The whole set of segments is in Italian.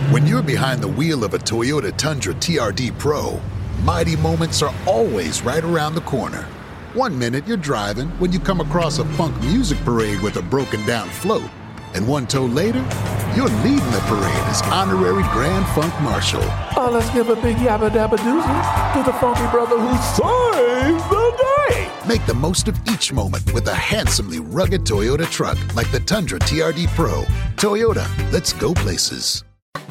When you're behind the wheel of a Toyota Tundra TRD Pro, mighty moments are always right around the corner. One minute you're driving when you come across a funk music parade with a broken down float. And one tow later, you're leading the parade as honorary Grand Funk Marshal. Oh, let's give a big yabba dabba doozy to the funky brother who saved the day. Make the most of each moment with a handsomely rugged Toyota truck like the Tundra TRD Pro. Toyota, let's go places.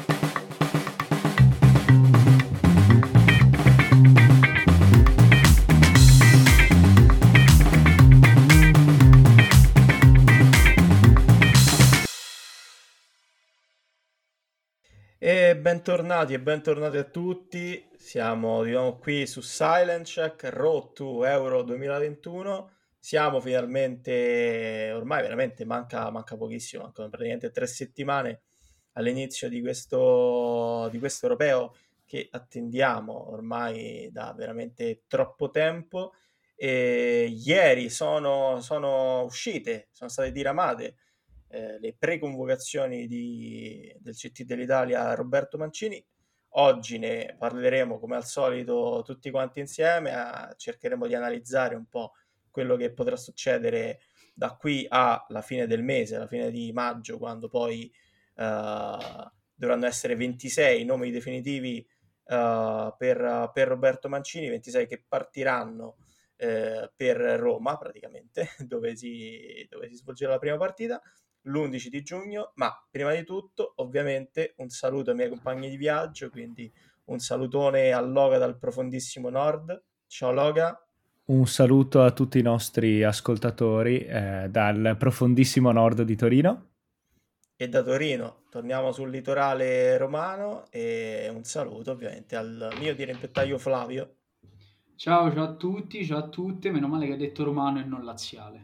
E bentornati a tutti, siamo di nuovo qui su Silent Check, Road to Euro 2021, siamo finalmente, ormai veramente manca pochissimo, mancano praticamente 3 settimane all'inizio di questo europeo che attendiamo ormai da veramente troppo tempo, e ieri sono state diramate le pre-convocazioni del CT dell'Italia Roberto Mancini. Oggi ne parleremo come al solito tutti quanti insieme, cercheremo di analizzare un po' quello che potrà succedere da qui alla fine del mese, alla fine di maggio, quando poi dovranno essere 26 i nomi definitivi per Roberto Mancini, 26 che partiranno per Roma praticamente, dove si svolgerà la prima partita l'11 di giugno, ma prima di tutto ovviamente un saluto ai miei compagni di viaggio, quindi un salutone a Loga dal profondissimo nord. Ciao Loga. Un saluto a tutti i nostri ascoltatori dal profondissimo nord di Torino. E da Torino torniamo sul litorale romano, e un saluto ovviamente al mio dirimpettaio Flavio. Ciao a tutti, ciao a tutte, meno male che hai detto romano e non laziale.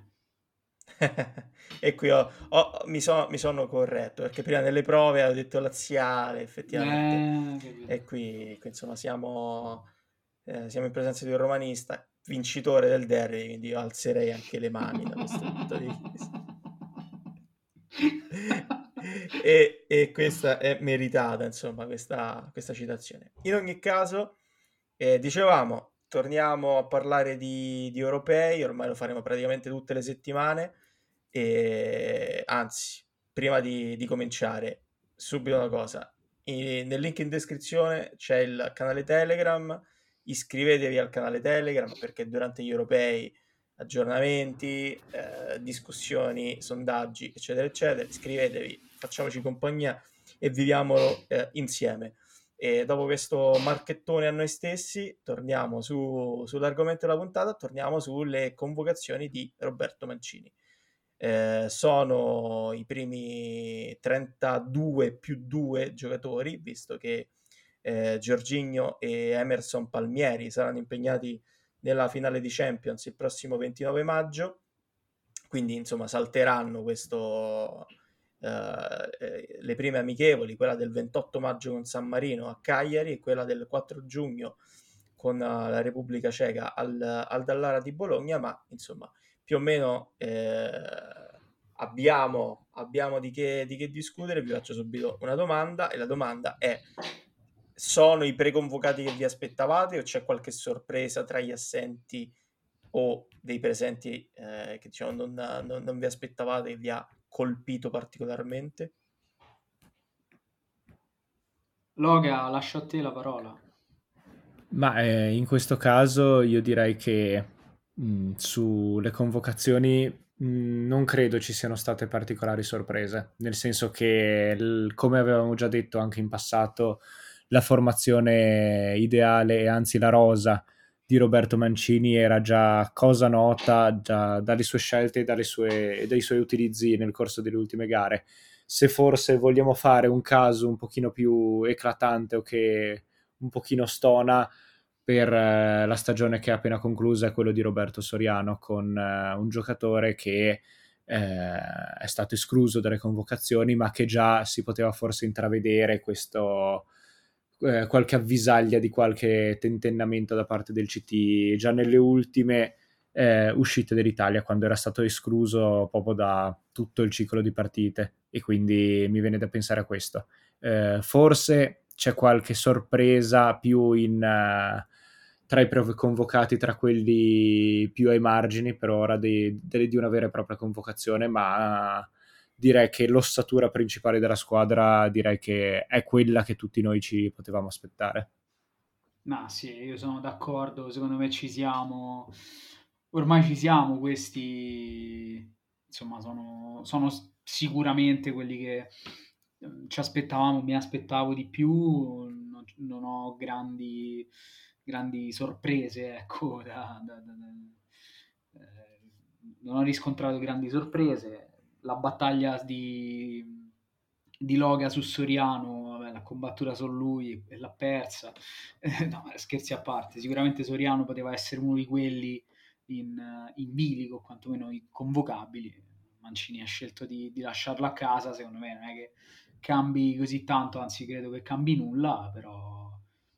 E qui mi sono corretto, perché prima nelle prove avevo detto laziale effettivamente, e qui insomma siamo in presenza di un romanista vincitore del derby, quindi io alzerei anche le mani da questo punto di vista. e questa è meritata, insomma, questa citazione. In ogni caso, dicevamo, torniamo a parlare di europei, ormai lo faremo praticamente tutte le settimane, e anzi, prima di cominciare, subito una cosa: nel link in descrizione c'è il canale Telegram, iscrivetevi al canale Telegram, perché durante gli europei aggiornamenti, discussioni, sondaggi, eccetera eccetera. Iscrivetevi, facciamoci compagnia e viviamolo insieme. E dopo questo marchettone a noi stessi, torniamo sull'argomento della puntata, torniamo sulle convocazioni di Roberto Mancini. Sono i primi 32 più 2 giocatori, visto che Jorginho e Emerson Palmieri saranno impegnati nella finale di Champions il prossimo 29 maggio, quindi insomma salteranno le prime amichevoli, quella del 28 maggio con San Marino a Cagliari e quella del 4 giugno con la Repubblica Ceca al Dallara di Bologna, ma insomma più o meno abbiamo di che discutere. Vi faccio subito una domanda, e la domanda è: sono i preconvocati che vi aspettavate, o c'è qualche sorpresa tra gli assenti o dei presenti che diciamo non vi aspettavate e vi ha colpito particolarmente? Loga, lascio a te la parola. Ma in questo caso io direi che sulle convocazioni non credo ci siano state particolari sorprese, nel senso che come avevamo già detto anche in passato, la formazione ideale, e anzi la rosa di Roberto Mancini, era già cosa nota già dalle sue scelte e dai suoi utilizzi nel corso delle ultime gare. Se forse vogliamo fare un caso un pochino più eclatante o che un pochino stona per la stagione che è appena conclusa, è quello di Roberto Soriano, con un giocatore che è stato escluso dalle convocazioni, ma che già si poteva forse intravedere qualche avvisaglia di qualche tentennamento da parte del CT già nelle ultime uscite dell'Italia, quando era stato escluso proprio da tutto il ciclo di partite, e quindi mi viene da pensare a questo. Forse c'è qualche sorpresa più tra i convocati, tra quelli più ai margini per ora di una vera e propria convocazione, ma direi che l'ossatura principale della squadra direi che è quella che tutti noi ci potevamo aspettare. Ma sì, io sono d'accordo, secondo me ormai ci siamo, questi insomma sono sicuramente quelli che ci aspettavamo, mi aspettavo di più, non ho grandi sorprese, ecco, non ho riscontrato grandi sorprese. La battaglia di Loga su Soriano, vabbè, l'ha combattuta solo lui e l'ha persa. No, scherzi a parte, sicuramente Soriano poteva essere uno di quelli in bilico, quantomeno convocabili. Mancini ha scelto di lasciarlo a casa, secondo me non è che cambi così tanto, anzi credo che cambi nulla, però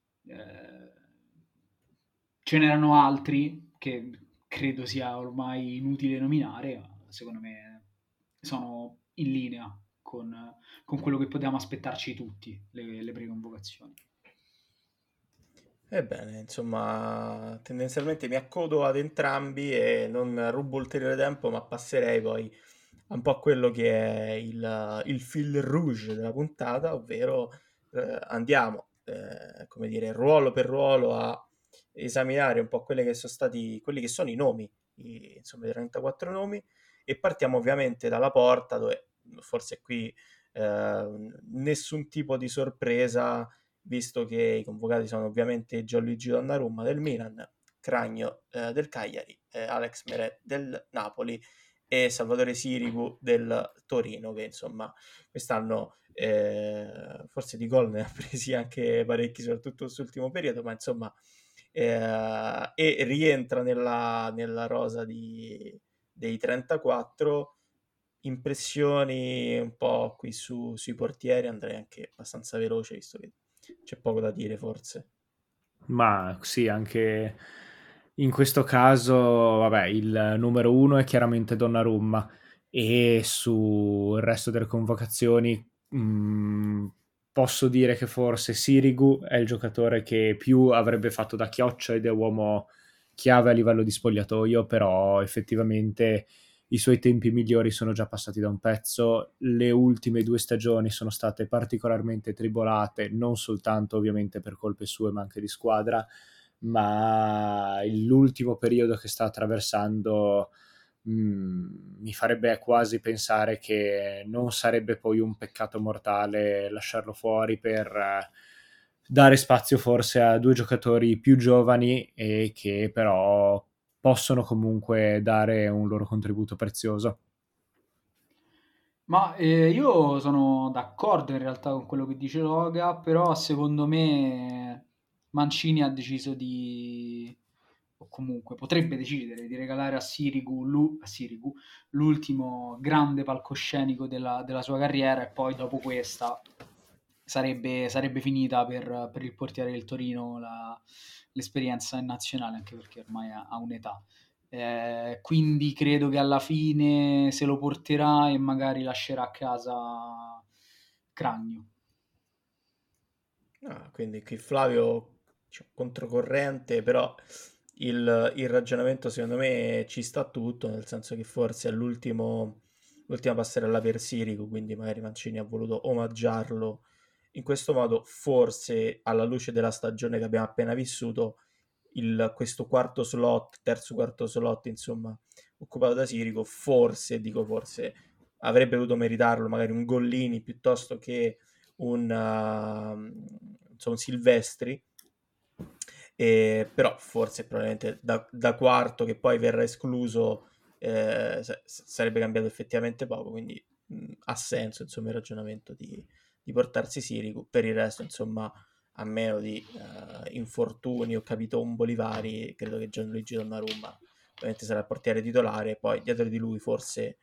ce n'erano altri che credo sia ormai inutile nominare, ma secondo me sono in linea con quello che potevamo aspettarci tutti, le pre-convocazioni. Ebbene, insomma, tendenzialmente mi accodo ad entrambi e non rubo ulteriore tempo, ma passerei poi un po' a quello che è il fil rouge della puntata, ovvero andiamo, come dire, ruolo per ruolo a esaminare un po' quelli che sono i nomi, insomma, i 34 nomi, e partiamo ovviamente dalla porta, dove forse qui nessun tipo di sorpresa, visto che i convocati sono ovviamente Gianluigi Donnarumma del Milan, Cragno del Cagliari, Alex Meret del Napoli e Salvatore Sirigu del Torino, che insomma quest'anno forse di gol ne ha presi anche parecchi, soprattutto quest'ultimo periodo, ma insomma e rientra nella rosa dei 34. Impressioni un po' qui sui portieri, andrei anche abbastanza veloce, visto che c'è poco da dire forse. Ma sì, anche in questo caso, vabbè, il numero uno è chiaramente Donnarumma e sul resto delle convocazioni posso dire che forse Sirigu è il giocatore che più avrebbe fatto da chioccia ed è uomo chiave a livello di spogliatoio, però effettivamente i suoi tempi migliori sono già passati da un pezzo. Le ultime 2 stagioni sono state particolarmente tribolate, non soltanto ovviamente per colpe sue ma anche di squadra, ma l'ultimo periodo che sta attraversando mi farebbe quasi pensare che non sarebbe poi un peccato mortale lasciarlo fuori per dare spazio forse a 2 giocatori più giovani e che però possono comunque dare un loro contributo prezioso. Ma io sono d'accordo in realtà con quello che dice Loga, però secondo me Mancini ha deciso o comunque potrebbe decidere di regalare a Sirigu l'ultimo grande palcoscenico della sua carriera e poi dopo questa sarebbe finita per il portiere del Torino l'esperienza in nazionale, anche perché ormai ha un'età. Quindi credo che alla fine se lo porterà e magari lascerà a casa Cragno. Quindi qui Flavio controcorrente, però il ragionamento secondo me ci sta tutto, nel senso che forse è l'ultima passerella per Sirico, quindi magari Mancini ha voluto omaggiarlo in questo modo, forse alla luce della stagione che abbiamo appena vissuto, questo terzo quarto slot, insomma, occupato da Sirico, forse, avrebbe dovuto meritarlo magari un Gollini piuttosto che un Silvestri, però forse probabilmente da quarto, che poi verrà escluso, sarebbe cambiato effettivamente poco, quindi ha senso insomma il ragionamento di portarsi Sirigu. Per il resto insomma, a meno di infortuni o capitomboli vari, credo che Gianluigi Donnarumma ovviamente sarà il portiere titolare, poi dietro di lui forse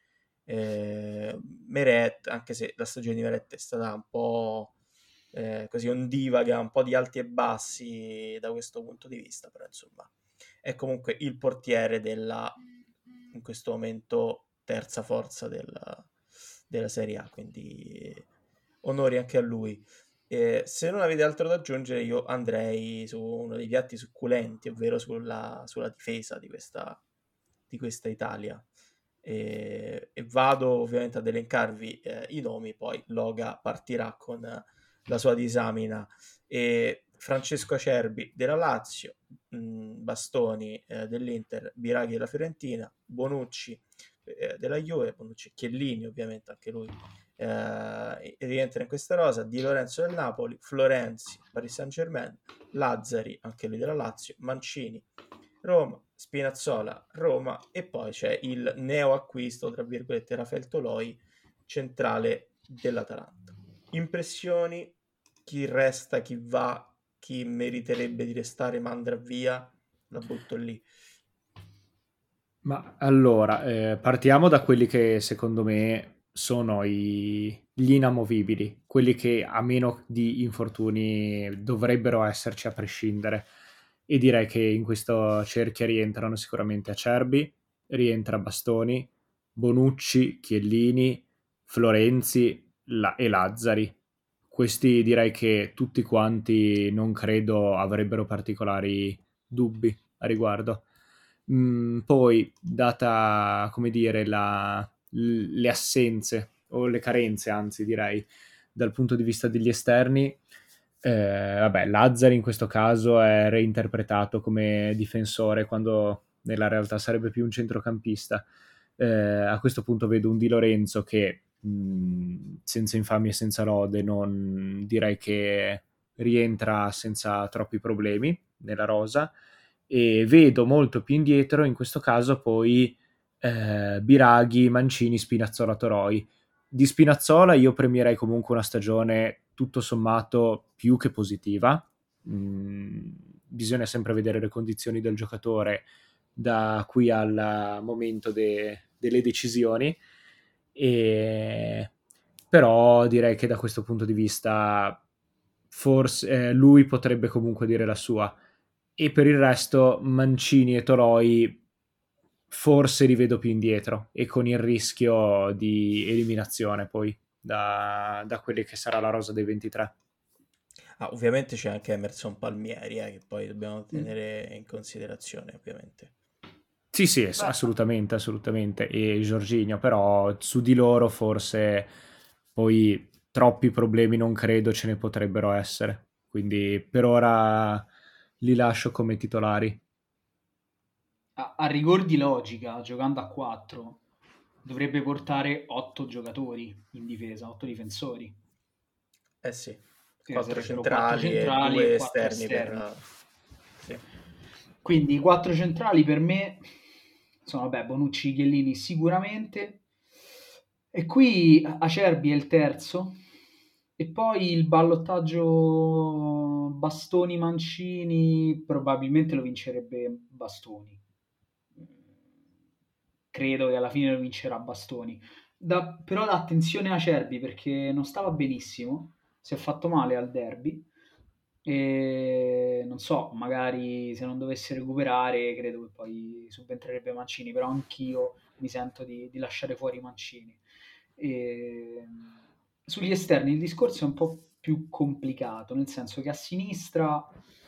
Meret, anche se la stagione di Meret è stata un po' così ondivaga, un po' di alti e bassi da questo punto di vista, però insomma è comunque il portiere in questo momento terza forza della Serie A, quindi onori anche a lui. Se non avete altro da aggiungere, io andrei su uno dei piatti succulenti, ovvero sulla difesa di questa Italia. E vado ovviamente ad elencarvi i nomi, poi Loga partirà con la sua disamina. Francesco Acerbi della Lazio, Bastoni dell'Inter, Biraghi della Fiorentina, Bonucci della Juve, Bonucci e Chiellini ovviamente anche lui rientra in questa rosa, Di Lorenzo del Napoli, Florenzi, Paris Saint-Germain, Lazzari, anche lui della Lazio, Mancini, Roma, Spinazzola, Roma, e poi c'è il neoacquisto, tra virgolette, Rafael Toloi, centrale dell'Atalanta. Impressioni? Chi resta, chi va, chi meriterebbe di restare, ma andrà via? La butto lì. Ma allora, partiamo da quelli che secondo me sono gli inamovibili, quelli che a meno di infortuni dovrebbero esserci a prescindere. E direi che in questo cerchio rientrano sicuramente Acerbi, rientra Bastoni, Bonucci, Chiellini, Florenzi e Lazzari. Questi direi che tutti quanti non credo avrebbero particolari dubbi a riguardo. Poi, data, come dire, le assenze o le carenze, anzi direi, dal punto di vista degli esterni, vabbè, Lazzari in questo caso è reinterpretato come difensore quando nella realtà sarebbe più un centrocampista. A questo punto vedo un Di Lorenzo che senza infamia e senza lode non direi che rientra senza troppi problemi nella rosa, e vedo molto più indietro in questo caso poi Biraghi, Mancini, Spinazzola, Toroi. Di Spinazzola io premierei comunque una stagione tutto sommato più che positiva. Bisogna sempre vedere le condizioni del giocatore da qui al momento delle decisioni, però direi che da questo punto di vista forse lui potrebbe comunque dire la sua. E per il resto Mancini e Toloi forse li vedo più indietro e con il rischio di eliminazione poi da quelli che sarà la rosa dei 23. Ovviamente c'è anche Emerson Palmieri, che poi dobbiamo tenere in considerazione, ovviamente. Sì, assolutamente, e Jorginho, però su di loro forse poi troppi problemi non credo ce ne potrebbero essere, quindi per ora li lascio come titolari. A rigor di logica, giocando a 4, dovrebbe portare 8 giocatori in difesa, 8 difensori. Sì, 4 centrali e 2 esterni. Sì. Quindi i 4 centrali per me sono Bonucci, Chiellini sicuramente, e qui Acerbi è il terzo, e poi il ballottaggio Bastoni-Mancini probabilmente lo vincerebbe Bastoni. Credo che alla fine lo vincerà Bastoni. Però attenzione a Acerbi, perché non stava benissimo, si è fatto male al derby, e non so, magari se non dovesse recuperare credo che poi subentrerebbe Mancini, però anch'io mi sento di lasciare fuori Mancini. Sugli esterni il discorso è un po' più complicato, nel senso che a sinistra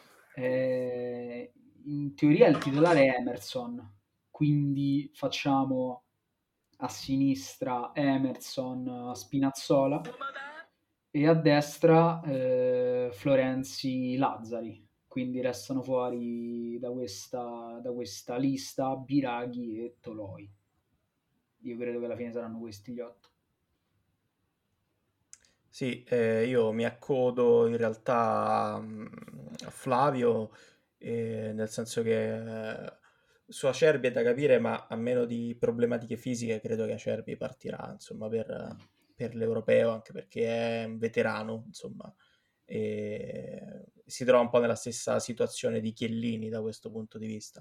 in teoria il titolare è Emerson, quindi facciamo a sinistra Emerson, Spinazzola, e a destra Florenzi, Lazzari. Quindi restano fuori da questa lista Biraghi e Toloi. Io credo che alla fine saranno questi gli 8. Sì, io mi accodo in realtà a Flavio, nel senso che su Acerbi è da capire, ma a meno di problematiche fisiche credo che Acerbi partirà, insomma, per l'Europeo, anche perché è un veterano, insomma, e si trova un po' nella stessa situazione di Chiellini da questo punto di vista.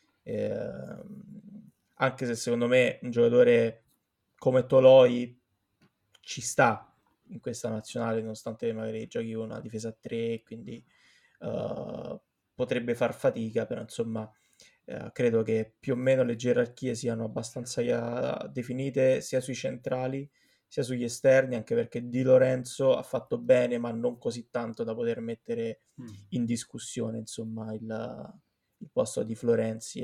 Anche se secondo me un giocatore come Toloi ci sta in questa nazionale, nonostante magari giochi una difesa a 3, quindi potrebbe far fatica, però insomma credo che più o meno le gerarchie siano abbastanza definite sia sui centrali sia sugli esterni, anche perché Di Lorenzo ha fatto bene, ma non così tanto da poter mettere in discussione, insomma, il posto di Florenzi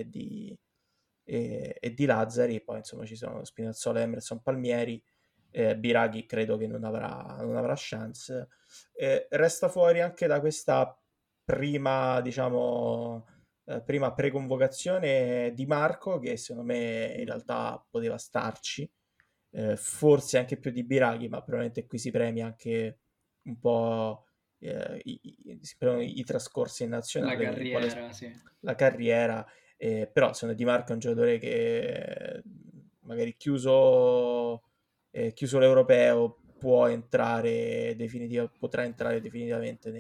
e di Lazzari. Poi insomma ci sono Spinazzola, Emerson, Palmieri. Biraghi credo che non avrà chance. Resta fuori anche da questa prima, diciamo, prima preconvocazione Di Marco, che secondo me in realtà poteva starci, forse anche più di Biraghi, ma probabilmente qui si premia anche un po' si premiano i trascorsi in La nazionale, carriera, sì. la carriera. Però secondo me Di Marco è un giocatore che magari chiuso l'europeo potrà entrare definitivamente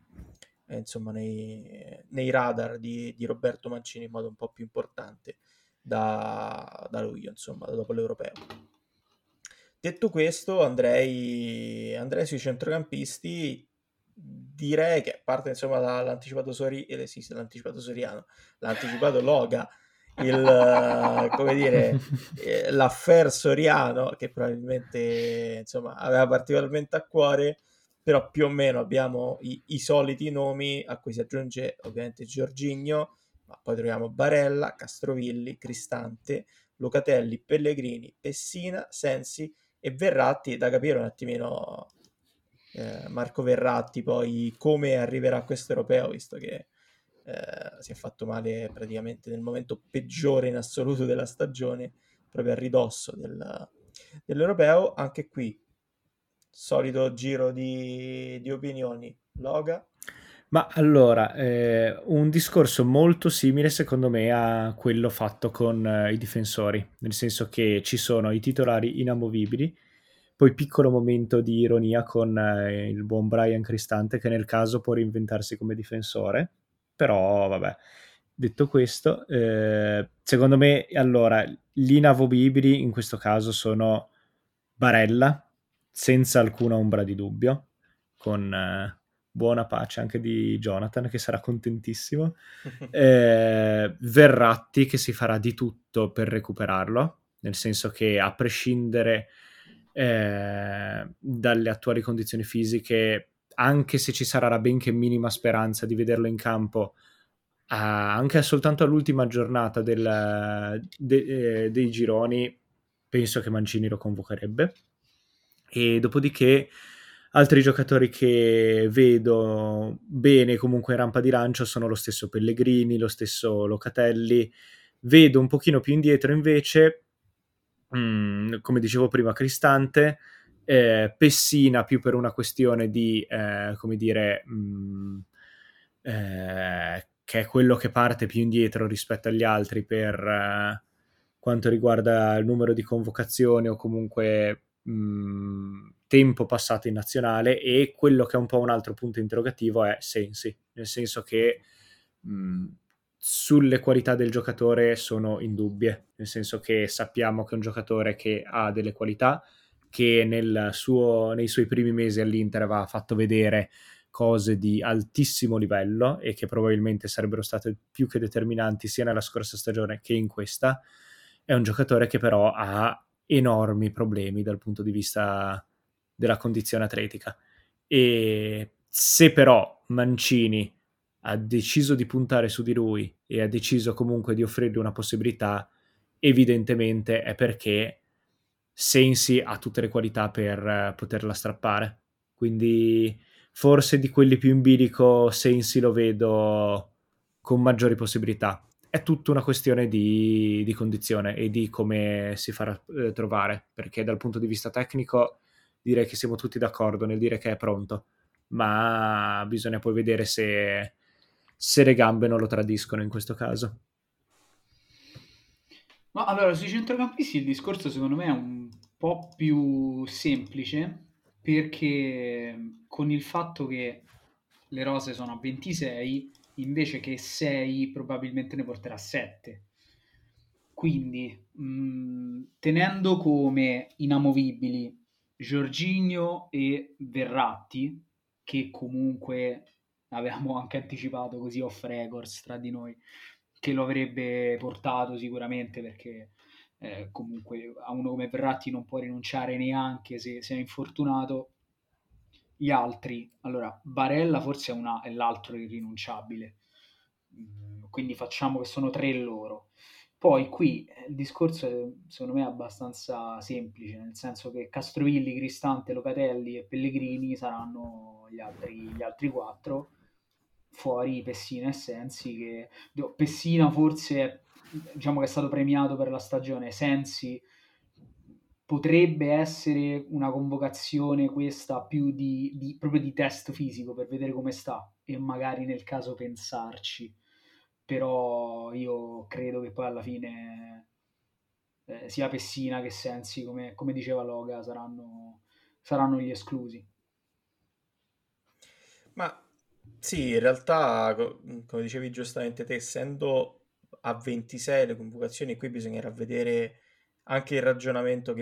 nei radar di Roberto Mancini in modo un po' più importante da luglio, insomma, dopo l'europeo. Detto questo, andrei sui centrocampisti. Direi che a parte insomma l'anticipato Soriano, l'ha anticipato Loga, come dire, l'affair Soriano, che probabilmente insomma aveva particolarmente a cuore, però più o meno abbiamo i soliti nomi, a cui si aggiunge ovviamente Jorginho, ma poi troviamo Barella, Castrovilli, Cristante, Locatelli, Pellegrini, Pessina, Sensi e Verratti. Da capire un attimino Marco Verratti poi come arriverà a questo europeo, visto che si è fatto male praticamente nel momento peggiore in assoluto della stagione, proprio a ridosso dell'europeo. Anche qui solito giro di opinioni. Loga? Ma allora, un discorso molto simile secondo me a quello fatto con i difensori, nel senso che ci sono i titolari inamovibili, poi piccolo momento di ironia con il buon Brian Cristante, che nel caso può reinventarsi come difensore, però vabbè. Detto questo, secondo me allora gli inamovibili in questo caso sono Barella, senza alcuna ombra di dubbio, con buona pace anche di Jonathan, che sarà contentissimo. Verratti, che si farà di tutto per recuperarlo, nel senso che a prescindere dalle attuali condizioni fisiche, anche se ci sarà la benché minima speranza di vederlo in campo, anche soltanto all'ultima giornata dei gironi, penso che Mancini lo convocherebbe. E dopodiché altri giocatori che vedo bene comunque in rampa di lancio sono lo stesso Pellegrini, lo stesso Locatelli. Vedo un pochino più indietro invece, come dicevo prima, Cristante, Pessina più per una questione di, come dire, che è quello che parte più indietro rispetto agli altri per quanto riguarda il numero di convocazioni o comunque tempo passato in nazionale, e quello che è un po' un altro punto interrogativo è Sensi, nel senso che sulle qualità del giocatore sono indubbie, nel senso che sappiamo che è un giocatore che ha delle qualità, che nei suoi primi mesi all'Inter aveva fatto vedere cose di altissimo livello e che probabilmente sarebbero state più che determinanti sia nella scorsa stagione che in questa. È un giocatore che però ha enormi problemi dal punto di vista della condizione atletica, e se però Mancini ha deciso di puntare su di lui e ha deciso comunque di offrirgli una possibilità, evidentemente è perché Sensi ha tutte le qualità per poterla strappare. Quindi forse di quelli più in bilico Sensi lo vedo con maggiori possibilità. È tutta una questione di condizione e di come si farà trovare, perché dal punto di vista tecnico direi che siamo tutti d'accordo nel dire che è pronto, ma bisogna poi vedere se le gambe non lo tradiscono in questo caso. Ma allora, sui centrocampisti il discorso secondo me è un po' più semplice, perché con il fatto che le rose sono a 26, invece che 6 probabilmente ne porterà 7. Quindi, tenendo come inamovibili Jorginho e Verratti, che comunque avevamo anche anticipato così off records tra di noi, che lo avrebbe portato sicuramente, perché comunque a uno come Verratti non può rinunciare neanche se è infortunato. Gli altri, allora Barella forse è l'altro irrinunciabile. Quindi facciamo che sono 3 loro. Poi qui il discorso secondo me è abbastanza semplice, nel senso che Castrovilli, Cristante, Locatelli e Pellegrini saranno gli altri 4, fuori Pessina e Sensi, che Pessina forse diciamo che è stato premiato per la stagione, Sensi potrebbe essere una convocazione questa più proprio di test fisico per vedere come sta e magari nel caso pensarci, però io credo che poi alla fine sia Pessina che Sensi, come diceva Loga, saranno gli esclusi. Ma sì, in realtà, come dicevi giustamente te, essendo a 26 le convocazioni, qui bisognerà vedere anche il ragionamento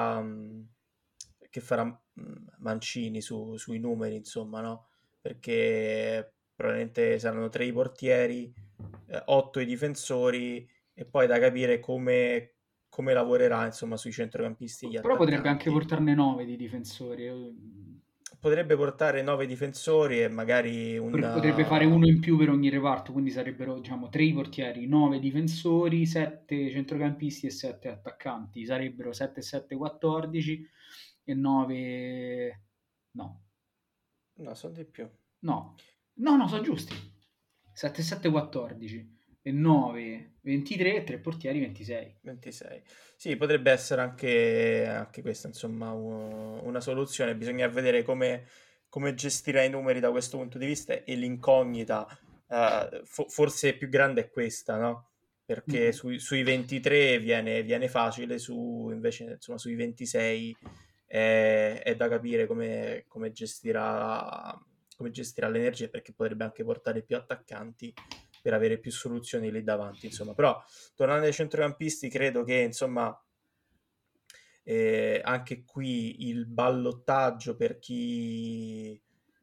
che farà Mancini sui numeri, insomma, no? Perché probabilmente saranno 3 i portieri, 8 i difensori e poi da capire come lavorerà, insomma, sui centrocampisti e gli Però potrebbe anche attaccanti. portarne 9 di difensori. Potrebbe portare 9 difensori e magari Potrebbe fare uno in più per ogni reparto, quindi sarebbero diciamo 3 i portieri, 9 difensori, 7 centrocampisti e 7 attaccanti. Sarebbero 7 7 14 e 9 no. No, sono di più. No. No, sono giusti. 7 7 14 e 9 23 e 3 portieri 26. 26. Sì, potrebbe essere anche questa, insomma, una soluzione. Bisogna vedere come gestirà i numeri da questo punto di vista e l'incognita, forse più grande è questa, no? Perché sui 23 viene facile, invece, insomma, sui 26 è da capire come gestirà l'energia, perché potrebbe anche portare più attaccanti per avere più soluzioni lì davanti, insomma. Però tornando ai centrocampisti, credo che insomma anche qui il ballottaggio per chi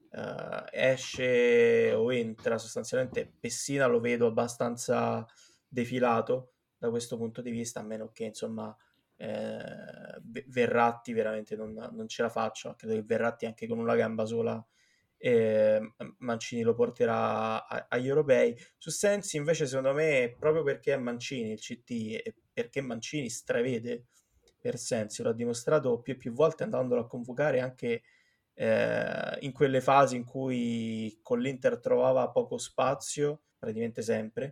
esce o entra, sostanzialmente Pessina lo vedo abbastanza defilato da questo punto di vista, a meno che insomma Verratti veramente non ce la faccia. Credo che Verratti anche con una gamba sola Mancini lo porterà agli europei. Su Sensi invece secondo me, proprio perché è Mancini il CT e perché Mancini stravede per Sensi, l'ha dimostrato più e più volte andandolo a convocare anche in quelle fasi in cui con l'Inter trovava poco spazio, praticamente sempre,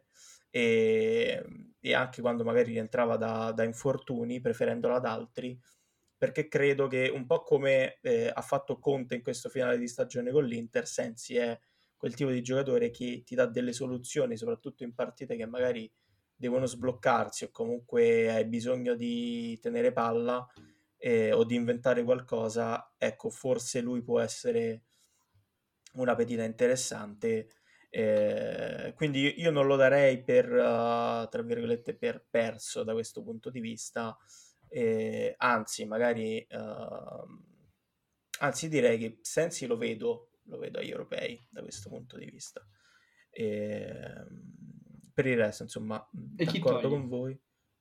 e anche quando magari rientrava da infortuni, preferendola ad altri, perché credo che un po' come ha fatto Conte in questo finale di stagione con l'Inter, Sensi è quel tipo di giocatore che ti dà delle soluzioni, soprattutto in partite che magari devono sbloccarsi o comunque hai bisogno di tenere palla o di inventare qualcosa. Ecco, forse lui può essere una pedina interessante. Quindi io non lo darei tra virgolette, per perso da questo punto di vista. Anzi, magari anzi direi che Sensi lo vedo agli europei da questo punto di vista. Per il resto, insomma, E chi d'accordo togli? con voi.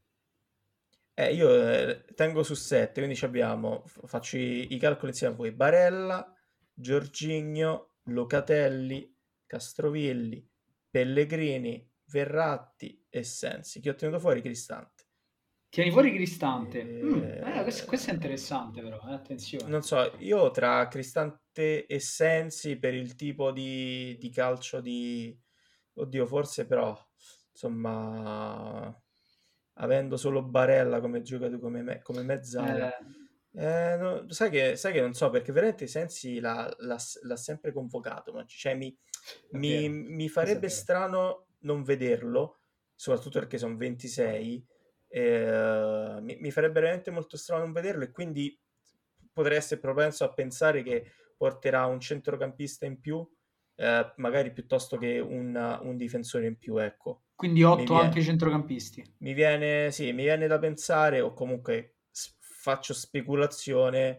Io tengo su 7, quindi faccio i calcoli insieme a voi. Barella, Giorginio, Locatelli, Castrovilli, Pellegrini, Verratti e Sensi. Chi ho tenuto fuori? Cristante. Tieni fuori Cristante. Questo è Eh, interessante però, attenzione. Non so, io tra Cristante e Sensi per il tipo di calcio di... Oddio, forse però, insomma, avendo solo Barella come giocatore, come mezzala, sai che non so, perché veramente Sensi l'ha sempre convocato, ma cioè, È vero, mi questo è farebbe vero. strano non vederlo, soprattutto perché sono 26, mi farebbe veramente molto strano non vederlo e quindi potrei essere propenso a pensare che porterà un centrocampista in più, magari piuttosto che un difensore in più, ecco. Quindi Mi 8 anche viene, centrocampisti. sì, mi viene da pensare, o comunque faccio speculazione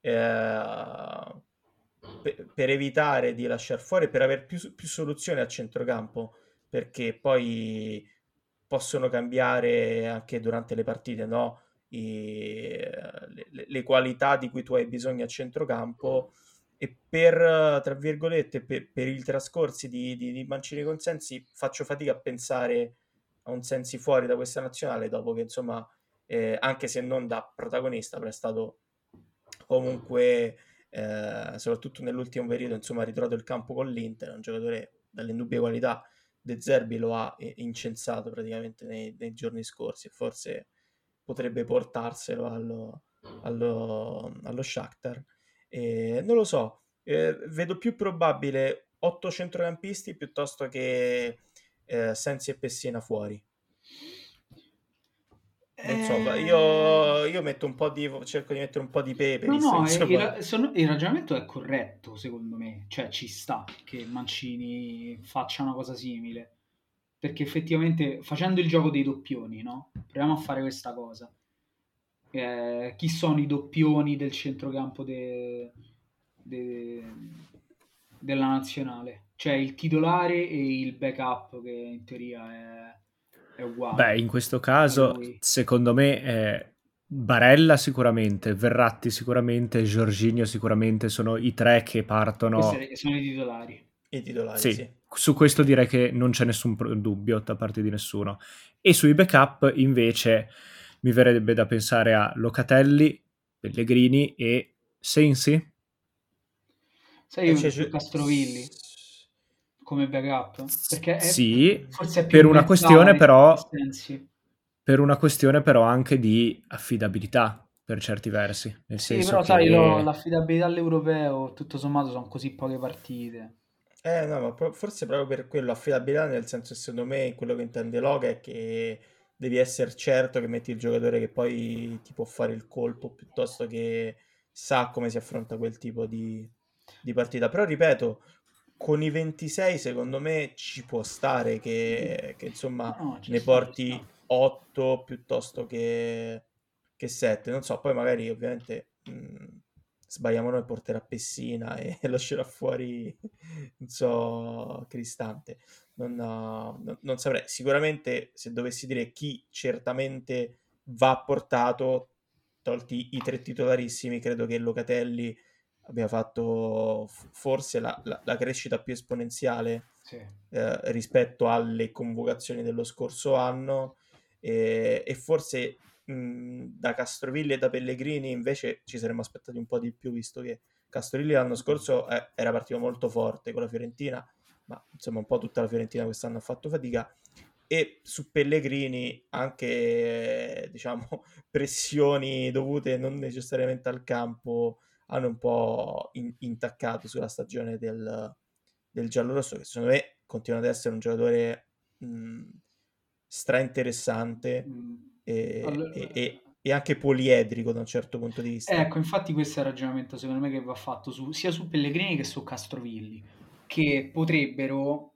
per evitare di lasciare fuori, per avere più soluzioni al centrocampo, perché poi possono cambiare anche durante le partite, no? Le qualità di cui tu hai bisogno a centrocampo, e tra virgolette, per i trascorsi di Mancini con Sensi faccio fatica a pensare a un Sensi fuori da questa nazionale, dopo che insomma, anche se non da protagonista, però è stato comunque, soprattutto nell'ultimo periodo, insomma, ha ritrovato il campo con l'Inter, è un giocatore dalle indubbie qualità. De Zerbi lo ha incensato praticamente nei giorni scorsi, e forse potrebbe portarselo allo Shakhtar. Non lo so, vedo più probabile 8 centrocampisti piuttosto che Sensi e Pessina fuori. Non so, io metto un po' cerco di mettere un po' di pepe, No, visto che no, insomma... il ragionamento è corretto, secondo me. Cioè, ci sta che Mancini faccia una cosa simile. Perché effettivamente, facendo il gioco dei doppioni, no? Proviamo a fare questa cosa. Chi sono i doppioni del centrocampo della nazionale? Cioè, il titolare e il backup, che in teoria è uguale. Beh, in questo a caso, lui. secondo me, Barella sicuramente, Verratti sicuramente, Jorginho sicuramente sono i tre che partono. Questi sono i titolari. I titolari, Sì, sì. su questo direi che non c'è nessun dubbio da parte di nessuno. E sui backup invece mi verrebbe da pensare a Locatelli, Pellegrini e Sensi. Sai, io su Castrovilli come backup? Perché Sì, forse è più per una questione però Sensi. per una questione però anche di affidabilità per certi versi, nel Sì, senso però sai, che l'affidabilità all'europeo, tutto sommato, sono così poche partite. No, ma forse proprio per quello, affidabilità, nel senso che secondo me quello che intende Loga è che devi essere certo che metti il giocatore che poi ti può fare il colpo, piuttosto che sa come si affronta quel tipo di partita. Però ripeto, con i 26 secondo me ci può stare che insomma No, ci ne sta, ci porti sta. 8 piuttosto che 7. Non so, poi magari ovviamente sbagliamo noi, porterà Pessina e lascerà fuori, non so, Cristante. Non saprei. Sicuramente, se dovessi dire chi certamente va portato, tolti i 3 titolarissimi, credo che Locatelli abbia fatto forse la crescita più esponenziale Sì. rispetto alle convocazioni dello scorso anno, e forse da Castrovilli e da Pellegrini invece ci saremmo aspettati un po' di più, visto che Castrovilli l'anno scorso era partito molto forte con la Fiorentina, ma insomma un po' tutta la Fiorentina quest'anno ha fatto fatica. E su Pellegrini anche diciamo pressioni dovute non necessariamente al campo hanno un po' intaccato sulla stagione del giallorosso, che secondo me continua ad essere un giocatore stra-interessante Allora, e anche poliedrico da un certo punto di vista. ecco, infatti questo è il ragionamento secondo me che va fatto sia su Pellegrini che su Castrovilli, che potrebbero,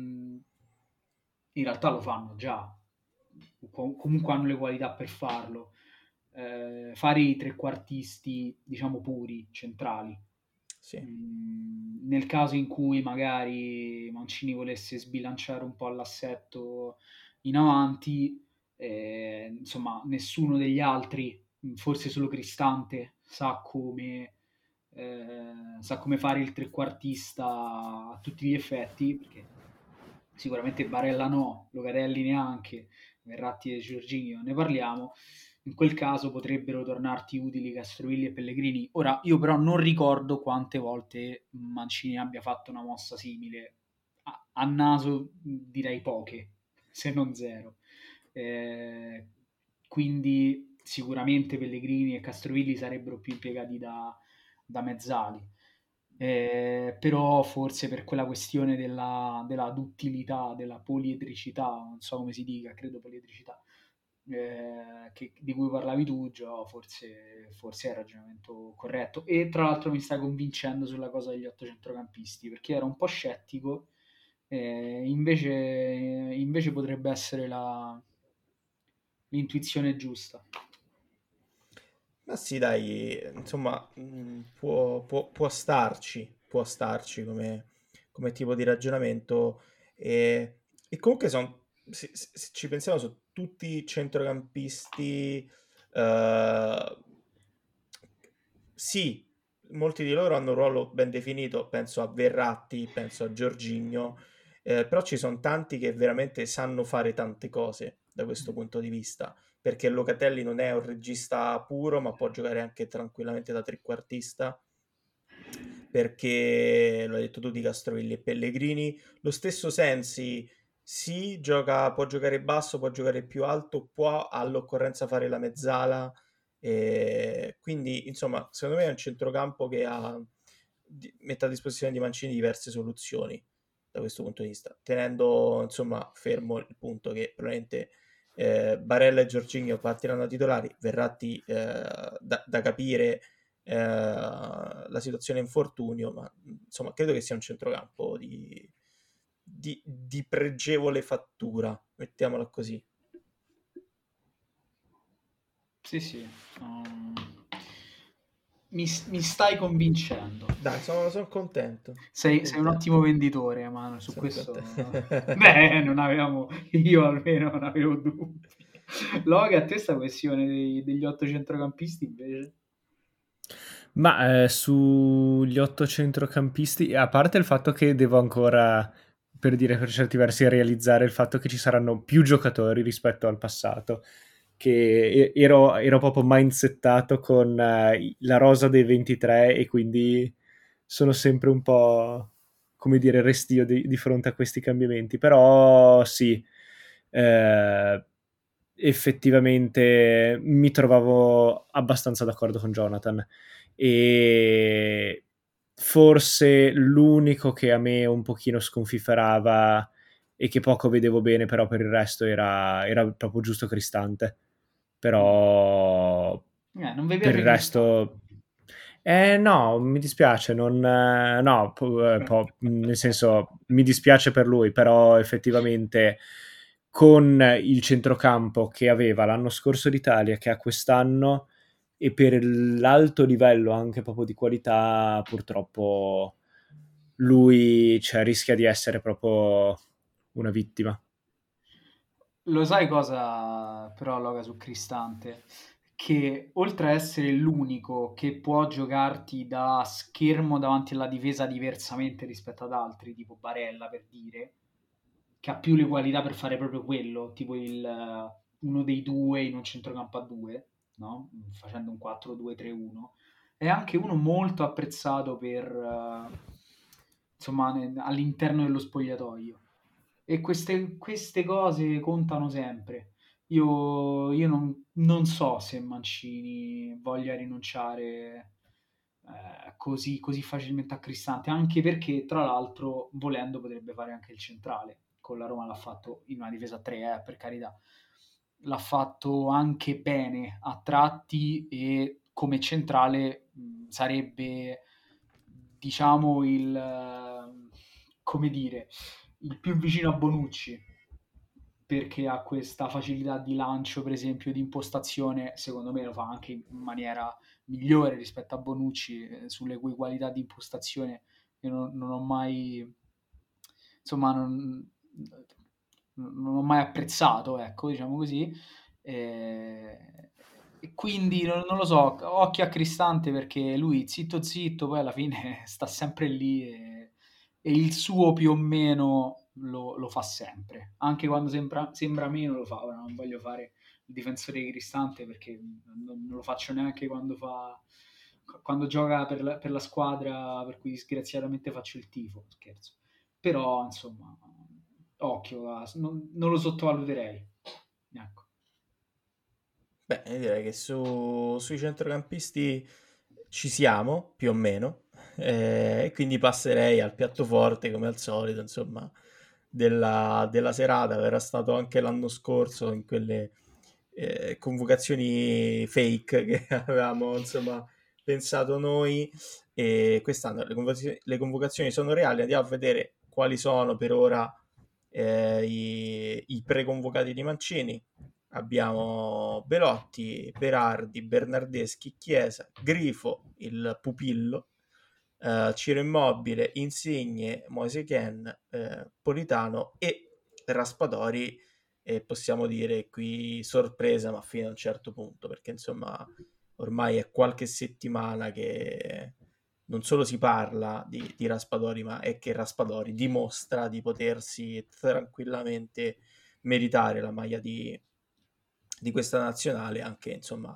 in realtà lo fanno già, comunque hanno le qualità per farlo, fare i trequartisti, diciamo, puri, centrali. Sì. Nel caso in cui magari Mancini volesse sbilanciare un po' l'assetto in avanti, insomma, nessuno degli altri, forse solo Cristante, sa come fare il trequartista a tutti gli effetti, perché sicuramente Barella no, Locatelli neanche, Verratti e Jorginho ne parliamo. In quel caso potrebbero tornarti utili Castrovilli e Pellegrini. Ora, io però non ricordo quante volte Mancini abbia fatto una mossa simile. A naso direi poche, se non zero. Quindi sicuramente Pellegrini e Castrovilli sarebbero più impiegati da mezzali. Però forse per quella questione della duttilità, della poliedricità, non so come si dica, credo poliedricità, di cui parlavi tu, Gio, forse è il ragionamento corretto. E tra l'altro mi stai convincendo sulla cosa degli 8 centrocampisti, perché ero un po' scettico, invece potrebbe essere l'intuizione giusta. Ma sì, dai, insomma, può starci come tipo di ragionamento, e comunque sono se ci pensiamo, su tutti i centrocampisti, sì, molti di loro hanno un ruolo ben definito, penso a Verratti, penso a Jorginho, però ci sono tanti che veramente sanno fare tante cose da questo punto di vista, perché Locatelli non è un regista puro, ma può giocare anche tranquillamente da trequartista, perché lo hai detto tu di Castrovilli e Pellegrini. Lo stesso Sensi, sì, può giocare basso, può giocare più alto, può all'occorrenza fare la mezzala. Quindi, insomma, secondo me è un centrocampo che mette a disposizione di Mancini diverse soluzioni da questo punto di vista, tenendo insomma fermo il punto che probabilmente Barella e Jorginho partiranno da titolari. Verratti da capire la situazione infortunio, ma insomma credo che sia un centrocampo di pregevole fattura, mettiamola così. Sì. Mi stai convincendo. Dai, sono contento. Sei un ottimo venditore, Manu, su Sono questo. contento. Beh, io almeno non avevo dubbi. Loga, a te sta questione degli 8 centrocampisti invece? Ma sugli 8 centrocampisti, a parte il fatto che devo ancora, per dire per certi versi, realizzare il fatto che ci saranno più giocatori rispetto al passato, che ero proprio mindsettato con la rosa dei 23 e quindi sono sempre un po', come dire, restio di fronte a questi cambiamenti. Però sì, effettivamente mi trovavo abbastanza d'accordo con Jonathan. E forse l'unico che a me un pochino sconfifferava e che poco vedevo bene, però per il resto era proprio giusto Cristante. Però Non vi per piace il Cristante? resto no, mi dispiace, non no, nel senso mi dispiace per lui, però effettivamente con il centrocampo che aveva l'anno scorso d'Italia, che ha quest'anno, e per l'alto livello anche proprio di qualità, purtroppo lui rischia di essere proprio una vittima. Lo sai cosa però Loga su Cristante? Che oltre a essere l'unico che può giocarti da schermo davanti alla difesa diversamente rispetto ad altri, tipo Barella per dire, che ha più le qualità per fare proprio quello, tipo uno dei due in un centrocampo a due, no? Facendo un 4-2-3-1, è anche uno molto apprezzato per, insomma, all'interno dello spogliatoio. E queste cose contano sempre. Io non so se Mancini voglia rinunciare così facilmente a Cristante, anche perché, tra l'altro, volendo potrebbe fare anche il centrale. Con la Roma l'ha fatto in una difesa a 3, per carità. L'ha fatto anche bene a tratti e come centrale sarebbe, diciamo, come dire, il più vicino a Bonucci, perché ha questa facilità di lancio, per esempio, di impostazione, secondo me lo fa anche in maniera migliore rispetto a Bonucci, sulle cui qualità di impostazione io non ho mai, insomma, non ho mai apprezzato, ecco, diciamo così. E quindi non lo so, occhio a Cristante perché lui zitto zitto poi alla fine sta sempre lì e il suo più o meno lo fa sempre, anche quando sembra meno lo fa. Ora non voglio fare il difensore di Cristante perché non lo faccio neanche quando gioca per la squadra per cui disgraziatamente faccio il tifo, scherzo. Però insomma, occhio, non lo sottovaluterei. Ecco. Beh, direi che sui centrocampisti ci siamo, più o meno, e quindi passerei al piatto forte, come al solito, insomma, della serata, che era stato anche l'anno scorso in quelle convocazioni fake che avevamo, insomma, pensato noi, e quest'anno le convocazioni sono reali. Andiamo a vedere quali sono per ora i preconvocati di Mancini. Abbiamo Belotti, Berardi, Bernardeschi, Chiesa, Grifo, il pupillo, Ciro Immobile, Insigne, Moise Kean, Politano e Raspadori, e possiamo dire qui sorpresa, ma fino a un certo punto, perché insomma ormai è qualche settimana che non solo si parla di Raspadori, ma è che Raspadori dimostra di potersi tranquillamente meritare la maglia di questa nazionale, anche insomma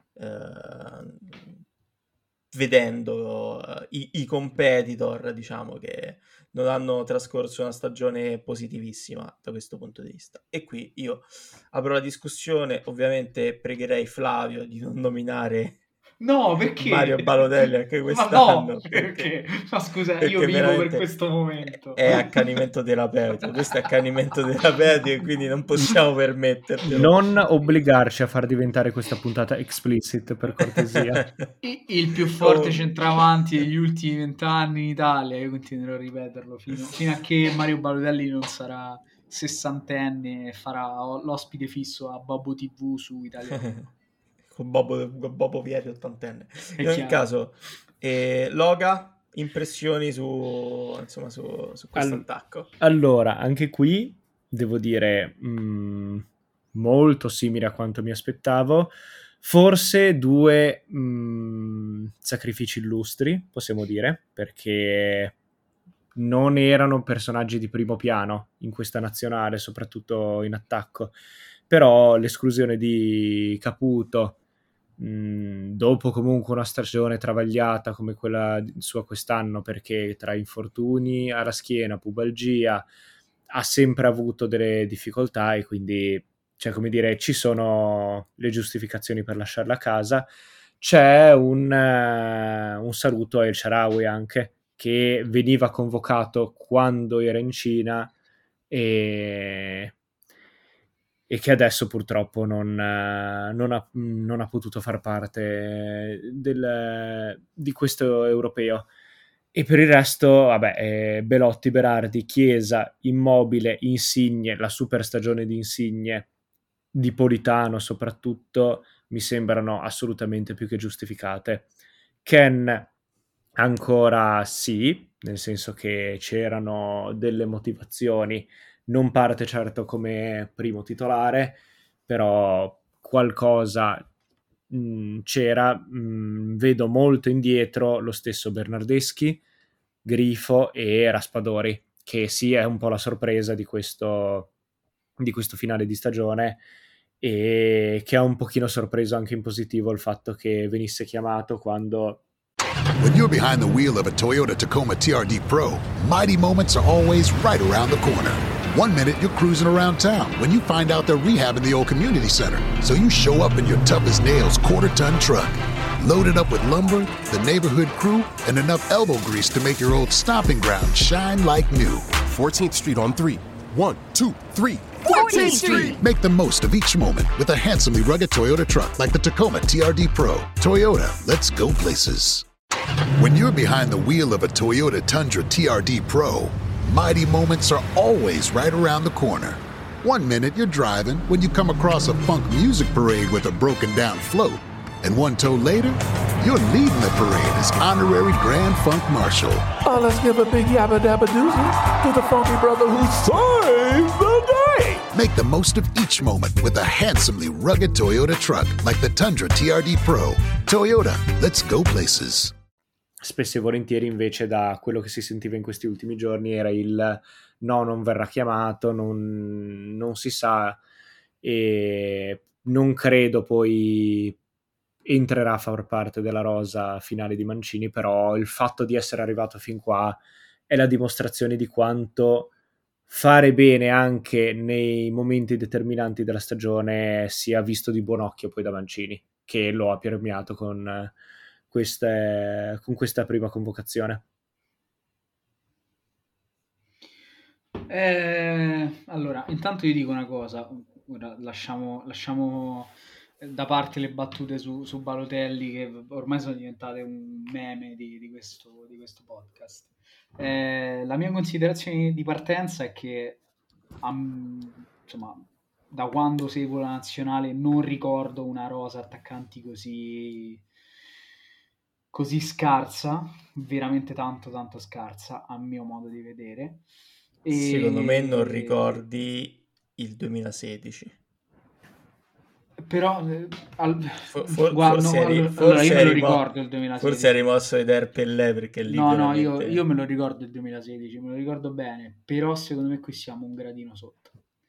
vedendo i competitor, diciamo, che non hanno trascorso una stagione positivissima da questo punto di vista. E qui io apro la discussione, ovviamente pregherei Flavio di non nominare No, perché? Mario Balotelli anche Ma quest'anno, no, perché? Ma scusa, io perché vivo per veramente questo momento. è accanimento terapeutico. Questo è accanimento terapeutico e quindi non possiamo permettercelo. Non obbligarci a far diventare questa puntata explicit, per cortesia. Il più forte centravanti degli ultimi 20 anni in Italia, io continuerò a ripeterlo fino a che Mario Balotelli non sarà sessantenne e farà l'ospite fisso a Babbo TV su Italia 1. Con Bobo Vieri ottantenne. È In ogni chiaro. caso, Loga, impressioni su questo attacco? Allora, anche qui devo dire molto simile a quanto mi aspettavo. Forse due sacrifici illustri, possiamo dire, perché non erano personaggi di primo piano in questa nazionale, soprattutto in attacco. Però l'esclusione di Caputo, dopo comunque una stagione travagliata come quella sua quest'anno, perché tra infortuni alla schiena, pubalgia, ha sempre avuto delle difficoltà e quindi, cioè, come dire, ci sono le giustificazioni per lasciarla a casa. C'è un saluto a El Shaarawy anche, che veniva convocato quando era in Cina e che adesso purtroppo non ha potuto far parte di questo europeo. E per il resto, vabbè, Belotti, Berardi, Chiesa, Immobile, Insigne, la super stagione di Insigne, di Politano soprattutto, mi sembrano assolutamente più che giustificate. Ken ancora sì, nel senso che c'erano delle motivazioni, non parte certo come primo titolare, però qualcosa c'era. Vedo molto indietro lo stesso Bernardeschi, Grifo e Raspadori, che sì è un po' la sorpresa di questo finale di stagione, e che ha un pochino sorpreso anche in positivo il fatto che venisse chiamato quando... When you're behind the wheel of a Toyota Tacoma TRD Pro, mighty moments are always right around the corner. 1 minute you're cruising around town when you find out they're rehabbing the old community center. So you show up in your tough as nails quarter-ton truck, loaded up with lumber, the neighborhood crew, and enough elbow grease to make your old stomping ground shine like new. 14th Street on 3. 1, 2, 3. 14th Street! Make the most of each moment with a handsomely rugged Toyota truck like the Tacoma TRD Pro. Toyota, let's go places. When you're behind the wheel of a Toyota Tundra TRD Pro, mighty moments are always right around the corner. 1 minute you're driving when you come across a funk music parade with a broken down float. And 1 tow later, you're leading the parade as honorary Grand Funk Marshal. Oh, let's give a big yabba dabba doozy to the funky brother who saved the day. Make the most of each moment with a handsomely rugged Toyota truck like the Tundra TRD Pro. Toyota, let's go places. Spesso e volentieri invece da quello che si sentiva in questi ultimi giorni era il no, non verrà chiamato, non si sa, e non credo poi entrerà a far parte della rosa finale di Mancini, però il fatto di essere arrivato fin qua è la dimostrazione di quanto fare bene anche nei momenti determinanti della stagione sia visto di buon occhio poi da Mancini, che lo ha premiato con questa prima convocazione. Allora, intanto io dico una cosa, ora lasciamo da parte le battute su Balotelli, che ormai sono diventate un meme di questo podcast. La mia considerazione di partenza è che insomma, da quando seguo la nazionale non ricordo una rosa attaccanti così scarsa, veramente tanto scarsa a mio modo di vedere. Secondo me non ricordi il 2016. Però Guarda, allora io me lo ricordo il 2016. Forse è rimosso Eder Pellè perché lì no, veramente... io me lo ricordo il 2016, me lo ricordo bene, però secondo me qui siamo un gradino sotto.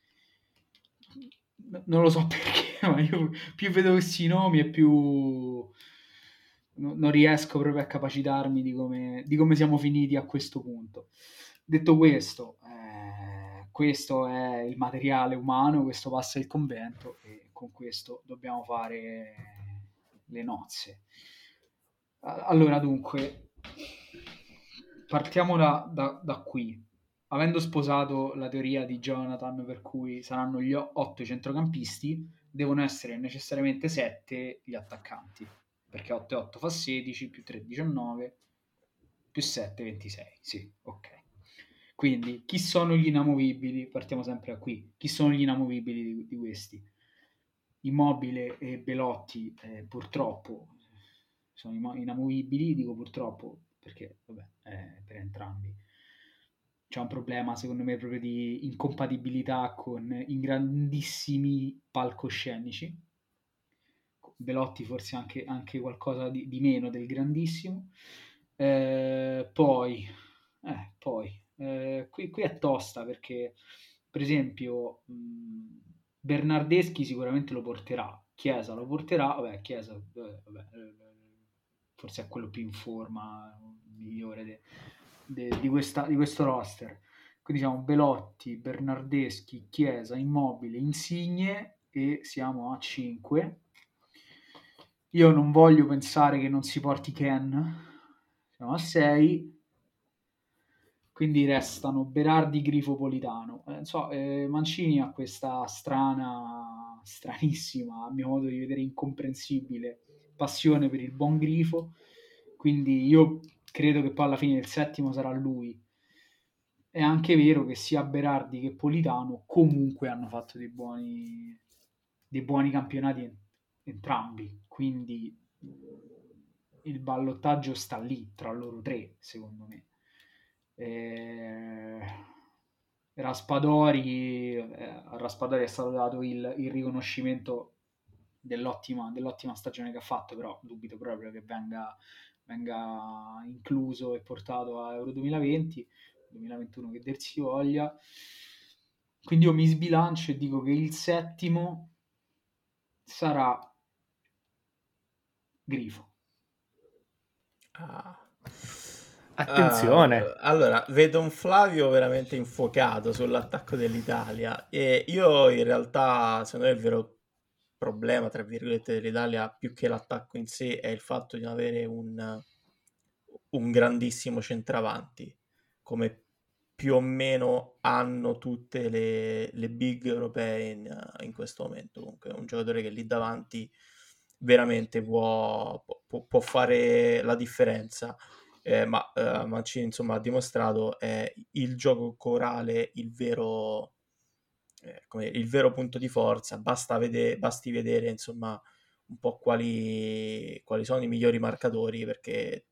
Non lo so perché, ma io più vedo questi nomi e più non riesco proprio a capacitarmi di come siamo finiti a questo punto. Detto questo, questo è il materiale umano, questo passa il convento e con questo dobbiamo fare le nozze. Allora, dunque, partiamo da qui. Avendo sposato la teoria di Jonathan per cui saranno gli 8 centrocampisti, devono essere necessariamente 7 gli attaccanti, perché 8 e 8 fa 16, più 3 19, più 7 26, sì, ok. Quindi, chi sono gli inamovibili? Partiamo sempre da qui. Chi sono gli inamovibili di questi? Immobile e Belotti, purtroppo, sono inamovibili, dico purtroppo, perché, vabbè, per entrambi. C'è un problema, secondo me, proprio di incompatibilità con i grandissimi palcoscenici. Belotti forse anche qualcosa di meno del grandissimo. Poi qui è tosta perché, per esempio, Bernardeschi sicuramente lo porterà, Chiesa lo porterà, vabbè, Chiesa forse è quello più in forma, migliore di questo roster. Quindi siamo Belotti, Bernardeschi, Chiesa, Immobile, Insigne e siamo a 5. Io non voglio pensare che non si porti Ken, siamo a 6. Quindi restano Berardi, Grifo, Politano. Mancini ha questa stranissima, a mio modo di vedere incomprensibile, passione per il buon Grifo. Quindi io credo che poi alla fine del settimo sarà lui. È anche vero che sia Berardi che Politano comunque hanno fatto dei buoni campionati entrambi. Quindi il ballottaggio sta lì tra loro tre, secondo me. Raspadori a Raspadori è stato dato il riconoscimento dell'ottima stagione che ha fatto, però dubito proprio che venga incluso e portato a Euro 2020 2021 che dir si voglia. Quindi io mi sbilancio e dico che il settimo sarà Grifo. Attenzione. Allora, vedo un Flavio veramente infuocato sull'attacco dell'Italia e io in realtà, secondo me il vero problema, tra virgolette, dell'Italia, più che l'attacco in sé, è il fatto di non avere un grandissimo centravanti, come più o meno hanno tutte le big europee in questo momento. Comunque è un giocatore che lì davanti veramente può fare la differenza. Ma Mancini insomma ha dimostrato il gioco corale il vero punto di forza. Basti vedere insomma un po' quali sono i migliori marcatori, perché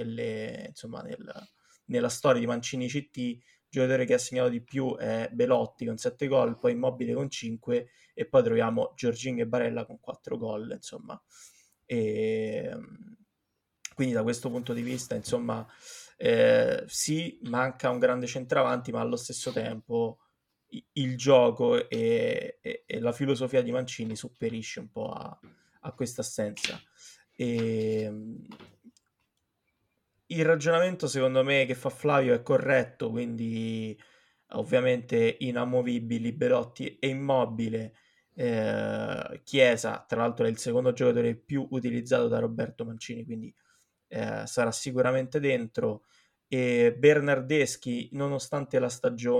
nella storia di Mancini CT il giocatore che ha segnato di più è Belotti con 7 gol, poi Immobile con 5 e poi troviamo Jorginho e Barella con 4 gol, insomma. Quindi da questo punto di vista, insomma, sì, manca un grande centravanti, ma allo stesso tempo il gioco e la filosofia di Mancini sopperisce un po' a questa assenza. Il ragionamento secondo me che fa Flavio è corretto, quindi ovviamente inamovibili Belotti e Immobile. Chiesa tra l'altro è il secondo giocatore più utilizzato da Roberto Mancini, quindi sarà sicuramente dentro. E Bernardeschi, nonostante le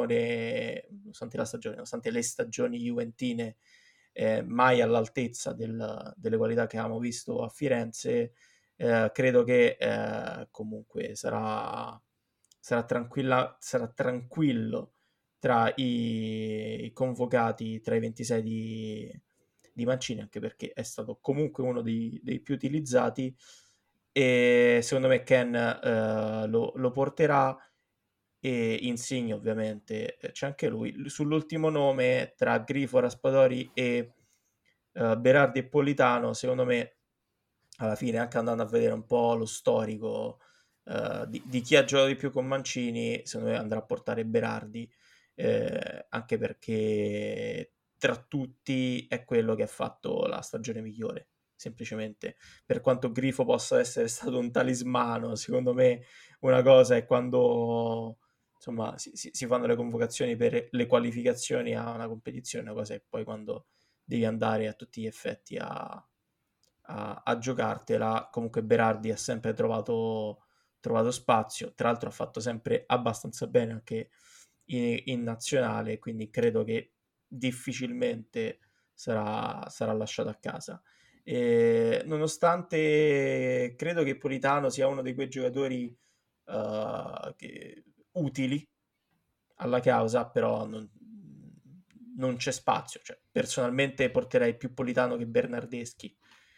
stagioni juventine, mai all'altezza delle qualità che avevamo visto a Firenze, credo che comunque sarà tranquillo tra i convocati, tra i 26 di Mancini, anche perché è stato comunque uno dei più utilizzati, e secondo me Ken lo porterà. e Insigne ovviamente, c'è anche lui. Sull'ultimo nome, tra Grifo, Raspadori e Berardi e Politano, secondo me, alla fine, anche andando a vedere un po' lo storico di chi ha giocato di più con Mancini, secondo me andrà a portare Berardi, anche perché tra tutti è quello che ha fatto la stagione migliore, semplicemente. Per quanto Grifo possa essere stato un talismano, secondo me una cosa è quando insomma si fanno le convocazioni per le qualificazioni a una competizione, una cosa è poi quando devi andare a tutti gli effetti a giocartela. Comunque Berardi ha sempre trovato spazio, tra l'altro ha fatto sempre abbastanza bene anche in nazionale, quindi credo che difficilmente sarà lasciato a casa. Nonostante credo che Politano sia uno di quei giocatori utili alla causa, però non c'è spazio. Cioè, personalmente porterei più Politano che Bernardeschi,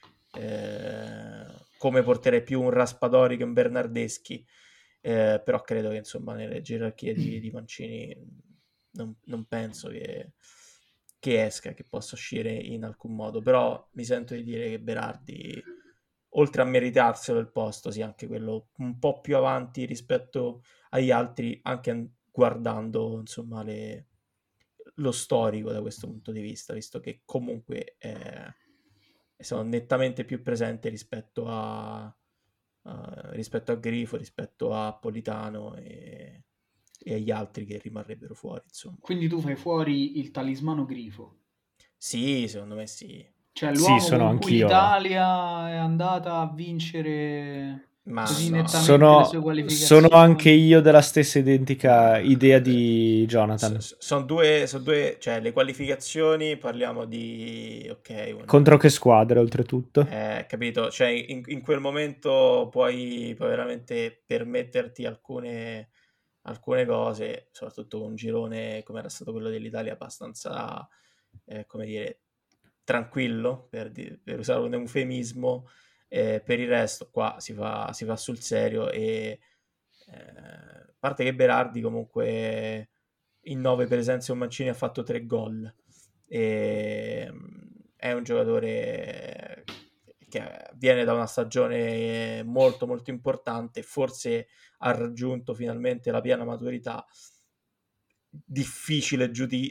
come porterei più un Raspadori che un Bernardeschi, però credo che insomma nelle gerarchie di Mancini non penso che esca, che possa uscire in alcun modo, però mi sento di dire che Berardi, oltre a meritarselo il posto, sia anche quello un po' più avanti rispetto agli altri, anche guardando insomma lo storico da questo punto di vista, visto che comunque sono nettamente più presente rispetto a Grifo, rispetto a Politano e agli altri che rimarrebbero fuori, insomma. Quindi tu fai fuori il talismano Grifo. Sì, secondo me sì. Cioè Sì, l'uomo sono con cui anch'io. l'Italia è andata a vincere Ma così no. nettamente le sue Sono qualificazioni. anche io della stessa identica idea di Jonathan. Sono due, cioè le qualificazioni parliamo di, ok, Contro che squadre, oltretutto? capito? Cioè in quel momento puoi veramente permetterti alcune cose, soprattutto con un girone come era stato quello dell'Italia abbastanza, come dire, tranquillo, per usare un eufemismo. Per il resto qua si fa sul serio e a parte che Berardi comunque in 9 presenze con Mancini ha fatto 3 gol e è un giocatore che viene da una stagione molto molto importante, forse ha raggiunto finalmente la piena maturità. Difficile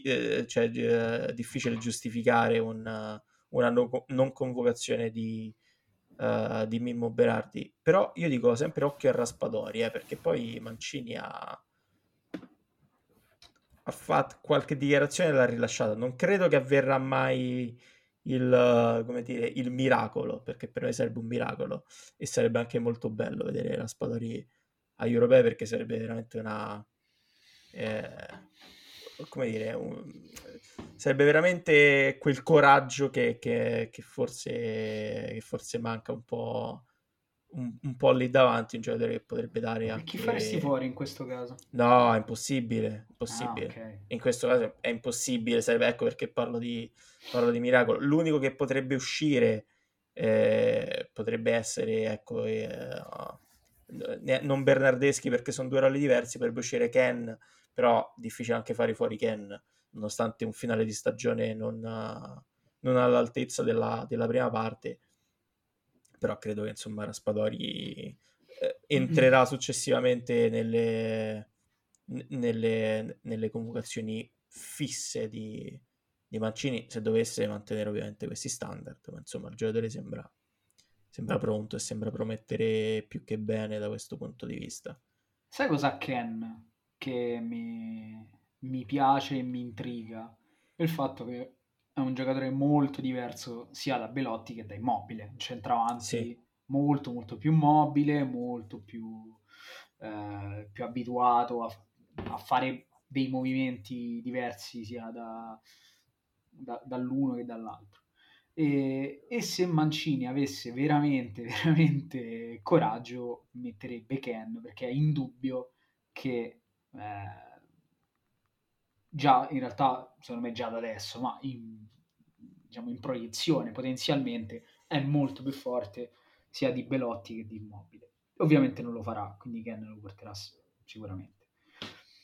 giustificare una non convocazione di Mimmo Berardi, però io dico sempre occhio a Raspadori, perché poi Mancini ha fatto qualche dichiarazione e l'ha rilasciata. Non credo che avverrà mai come dire, il miracolo, perché per me sarebbe un miracolo e sarebbe anche molto bello vedere Raspadori agli europei, perché sarebbe veramente una come dire, sarebbe veramente quel coraggio che forse manca un po' lì davanti, un giocatore che potrebbe dare E chi faresti anche... fuori in questo caso? No, è impossibile, Ah, ok. in questo caso è impossibile, sarebbe, ecco perché parlo di miracolo. L'unico che potrebbe uscire potrebbe essere, ecco, non Bernardeschi, perché sono 2 ruoli diversi, potrebbe uscire Ken, però difficile anche fare fuori Ken, nonostante un finale di stagione non all'altezza della prima parte. Però credo che insomma Raspadori entrerà successivamente nelle convocazioni fisse di Mancini, se dovesse mantenere ovviamente questi standard, ma insomma il giocatore sembra pronto e sembra promettere più che bene da questo punto di vista. Sai cos'ha Ken che mi piace e mi intriga? Il fatto che è un giocatore molto diverso sia da Belotti che da Immobile, un centravanti Sì. molto molto più mobile, molto più abituato a fare dei movimenti diversi sia dall'uno che dall'altro. E se Mancini avesse veramente, veramente coraggio, metterebbe Ken, perché è indubbio che già in realtà, secondo me già da adesso, ma diciamo in proiezione potenzialmente è molto più forte sia di Belotti che di Immobile. Ovviamente non lo farà, quindi Ken lo porterà sicuramente.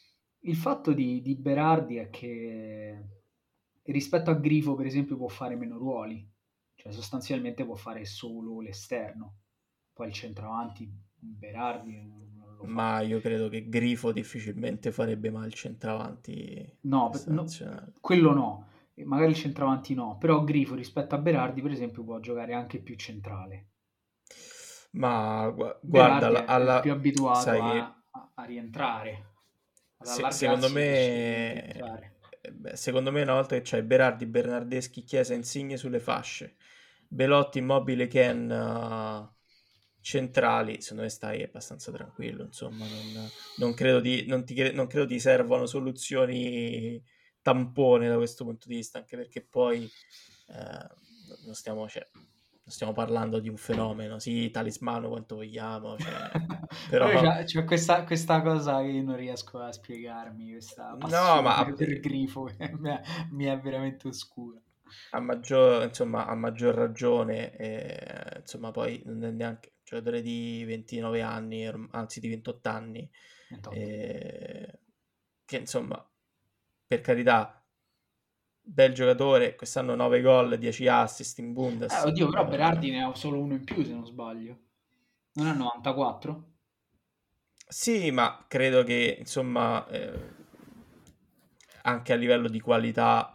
Il fatto di Berardi è che rispetto a Grifo, per esempio, può fare meno ruoli, cioè sostanzialmente può fare solo l'esterno. Poi il centravanti Berardi non lo fa. Ma io credo che Grifo difficilmente farebbe mai il centravanti No, questa nazionale. quello no, magari il centravanti no, però Grifo rispetto a Berardi, per esempio, può giocare anche più centrale. Ma guarda, Berardi è più abituato sai che a rientrare, ad secondo allargarsi e me, rientrare. secondo me una volta che c'hai Berardi, Bernardeschi, Chiesa, Insigne sulle fasce, Belotti, Immobile, Ken centrali, secondo me stai abbastanza tranquillo, insomma, non credo non credo ti servano soluzioni tampone da questo punto di vista, anche perché poi non stiamo parlando di un fenomeno, sì, talismano quanto vogliamo, Però però c'è questa cosa che io non riesco a spiegarmi, questa no, ma passione per Grifo che mi è veramente oscura. insomma, a maggior ragione, insomma, poi non è neanche un giocatore di 29 anni, anzi di 28 anni, 28. che insomma, per carità, bel giocatore, quest'anno 9 gol, 10 assist in Bundes. Oddio, però Berardi ne ha solo uno in più se non sbaglio. Non è 94? Sì, ma credo che insomma anche a livello di qualità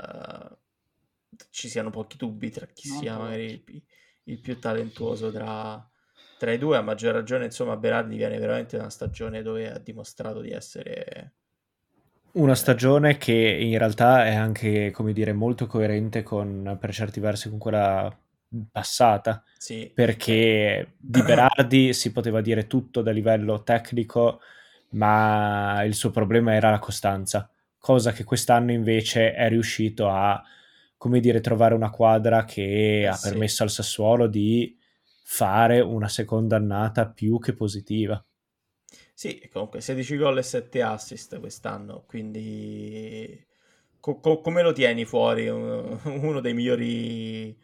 ci siano pochi dubbi tra chi sia 94. magari il più talentuoso tra i due. A maggior ragione, insomma, Berardi viene veramente da una stagione dove ha dimostrato di essere Una stagione che in realtà è anche, come dire, molto coerente con, per certi versi, con quella passata, sì, perché di Berardi si poteva dire tutto da livello tecnico, ma il suo problema era la costanza, cosa che quest'anno invece è riuscito a, come dire, trovare una quadra che ha sì. permesso al Sassuolo di fare una seconda annata più che positiva. Sì, comunque 16 gol e 7 assist quest'anno, quindi come lo tieni fuori uno dei migliori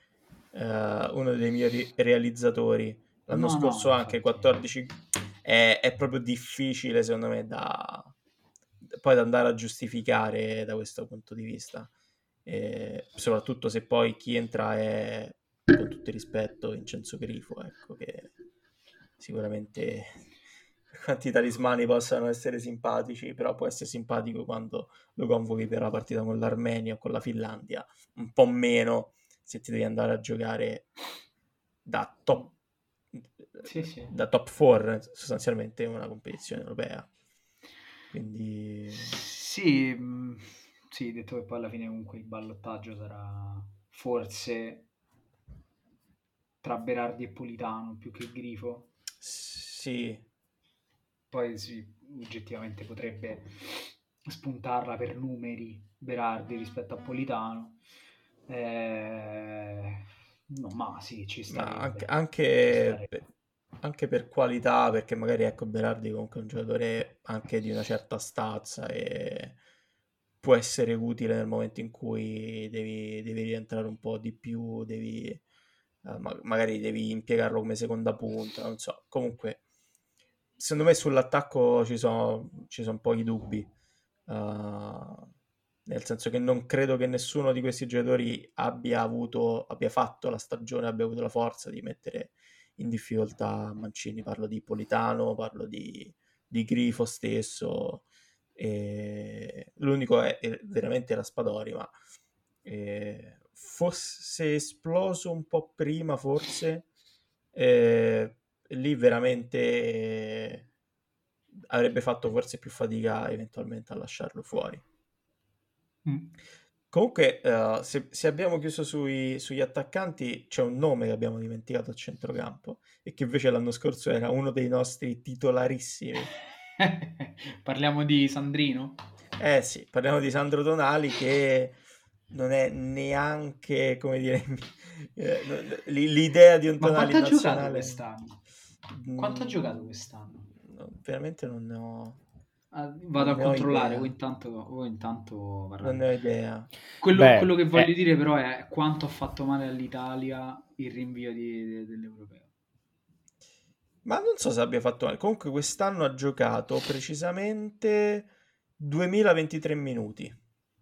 realizzatori? L'anno No, scorso anche infatti. 14, è proprio difficile secondo me poi da andare a giustificare da questo punto di vista. Soprattutto se poi chi entra è, con tutto il rispetto, Vincenzo Grifo, ecco, che sicuramente quanti talismani possano essere simpatici, però può essere simpatico quando lo convochi per la partita con l'Armenia o con la Finlandia, un po' meno se ti devi andare a giocare da top Sì. da top 4 sostanzialmente una competizione europea. Quindi Sì, sì, detto che poi alla fine comunque il ballottaggio sarà forse tra Berardi e Politano più che Grifo. sì, Poi sì, oggettivamente potrebbe spuntarla per numeri Berardi rispetto a Politano. No, ma sì, ci ma starebbe. anche per qualità, perché magari ecco Berardi comunque è un giocatore anche di una certa stazza e può essere utile nel momento in cui devi rientrare un po' di più, magari devi impiegarlo come seconda punta, non so. Comunque, secondo me sull'attacco ci sono pochi dubbi. Nel senso che non credo che nessuno di questi giocatori abbia fatto la stagione, abbia avuto la forza di mettere in difficoltà Mancini. Parlo di Politano, parlo di Grifo stesso. L'unico è veramente Raspadori, ma fosse esploso un po' prima, forse lì veramente avrebbe fatto forse più fatica eventualmente a lasciarlo fuori. Comunque, se abbiamo chiuso sugli attaccanti, c'è un nome che abbiamo dimenticato a centrocampo e che invece l'anno scorso era uno dei nostri titolarissimi. Parliamo di Sandrino? Eh sì, parliamo di Sandro Tonali che non è neanche, come dire, l'idea di un Ma Tonali quanto ha giocato nazionale. quest'anno? Quanto ha giocato quest'anno? Veramente non ne ho, Vado a ne ho controllare, idea. voi intanto Non parlate. ne ho idea. Quello che voglio dire però è quanto ha fatto male all'Italia il rinvio dell'Europeo. Ma non so se abbia fatto male. Comunque quest'anno ha giocato precisamente 2023 minuti.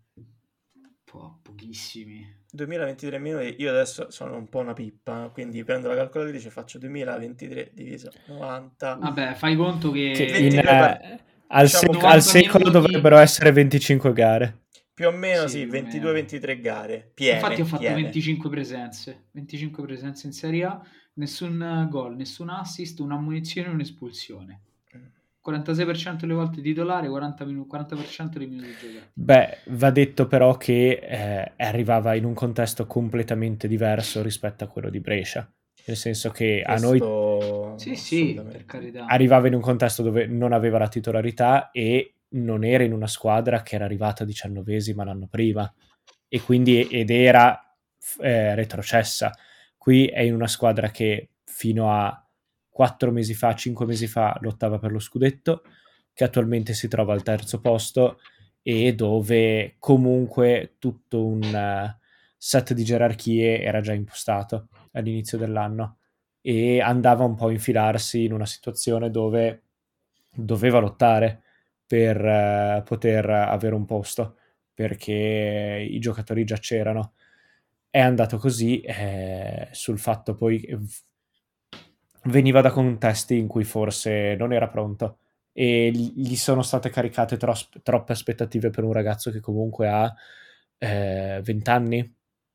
Pochissimi. 2023 minuti. Io adesso sono un po' una pippa, quindi prendo la calcolatrice, faccio 2023 diviso 90. Vabbè, fai conto che al diciamo secolo minuti... dovrebbero essere 25 gare. Più o meno Sì, sì, più o 22-23 gare piene. Infatti ho fatto piene. 25 presenze in Serie A, nessun gol, nessun assist, una ammonizione e un'espulsione. 46% delle volte titolare, 40% dei minuti giocati. Beh, va detto però che arrivava in un contesto completamente diverso rispetto a quello di Brescia, nel senso che a noi Sì, per carità. arrivava in un contesto dove non aveva la titolarità e non era in una squadra che era arrivata 19esima l'anno prima ed era retrocessa. Qui è in una squadra che fino a 4 mesi fa, 5 mesi fa lottava per lo scudetto, che attualmente si trova al terzo posto e dove comunque tutto un set di gerarchie era già impostato all'inizio dell'anno e andava un po' a infilarsi in una situazione dove doveva lottare per poter avere un posto, perché i giocatori già c'erano. È andato così, sul fatto poi veniva da contesti in cui forse non era pronto e gli sono state caricate troppe aspettative per un ragazzo che comunque ha 20 anni.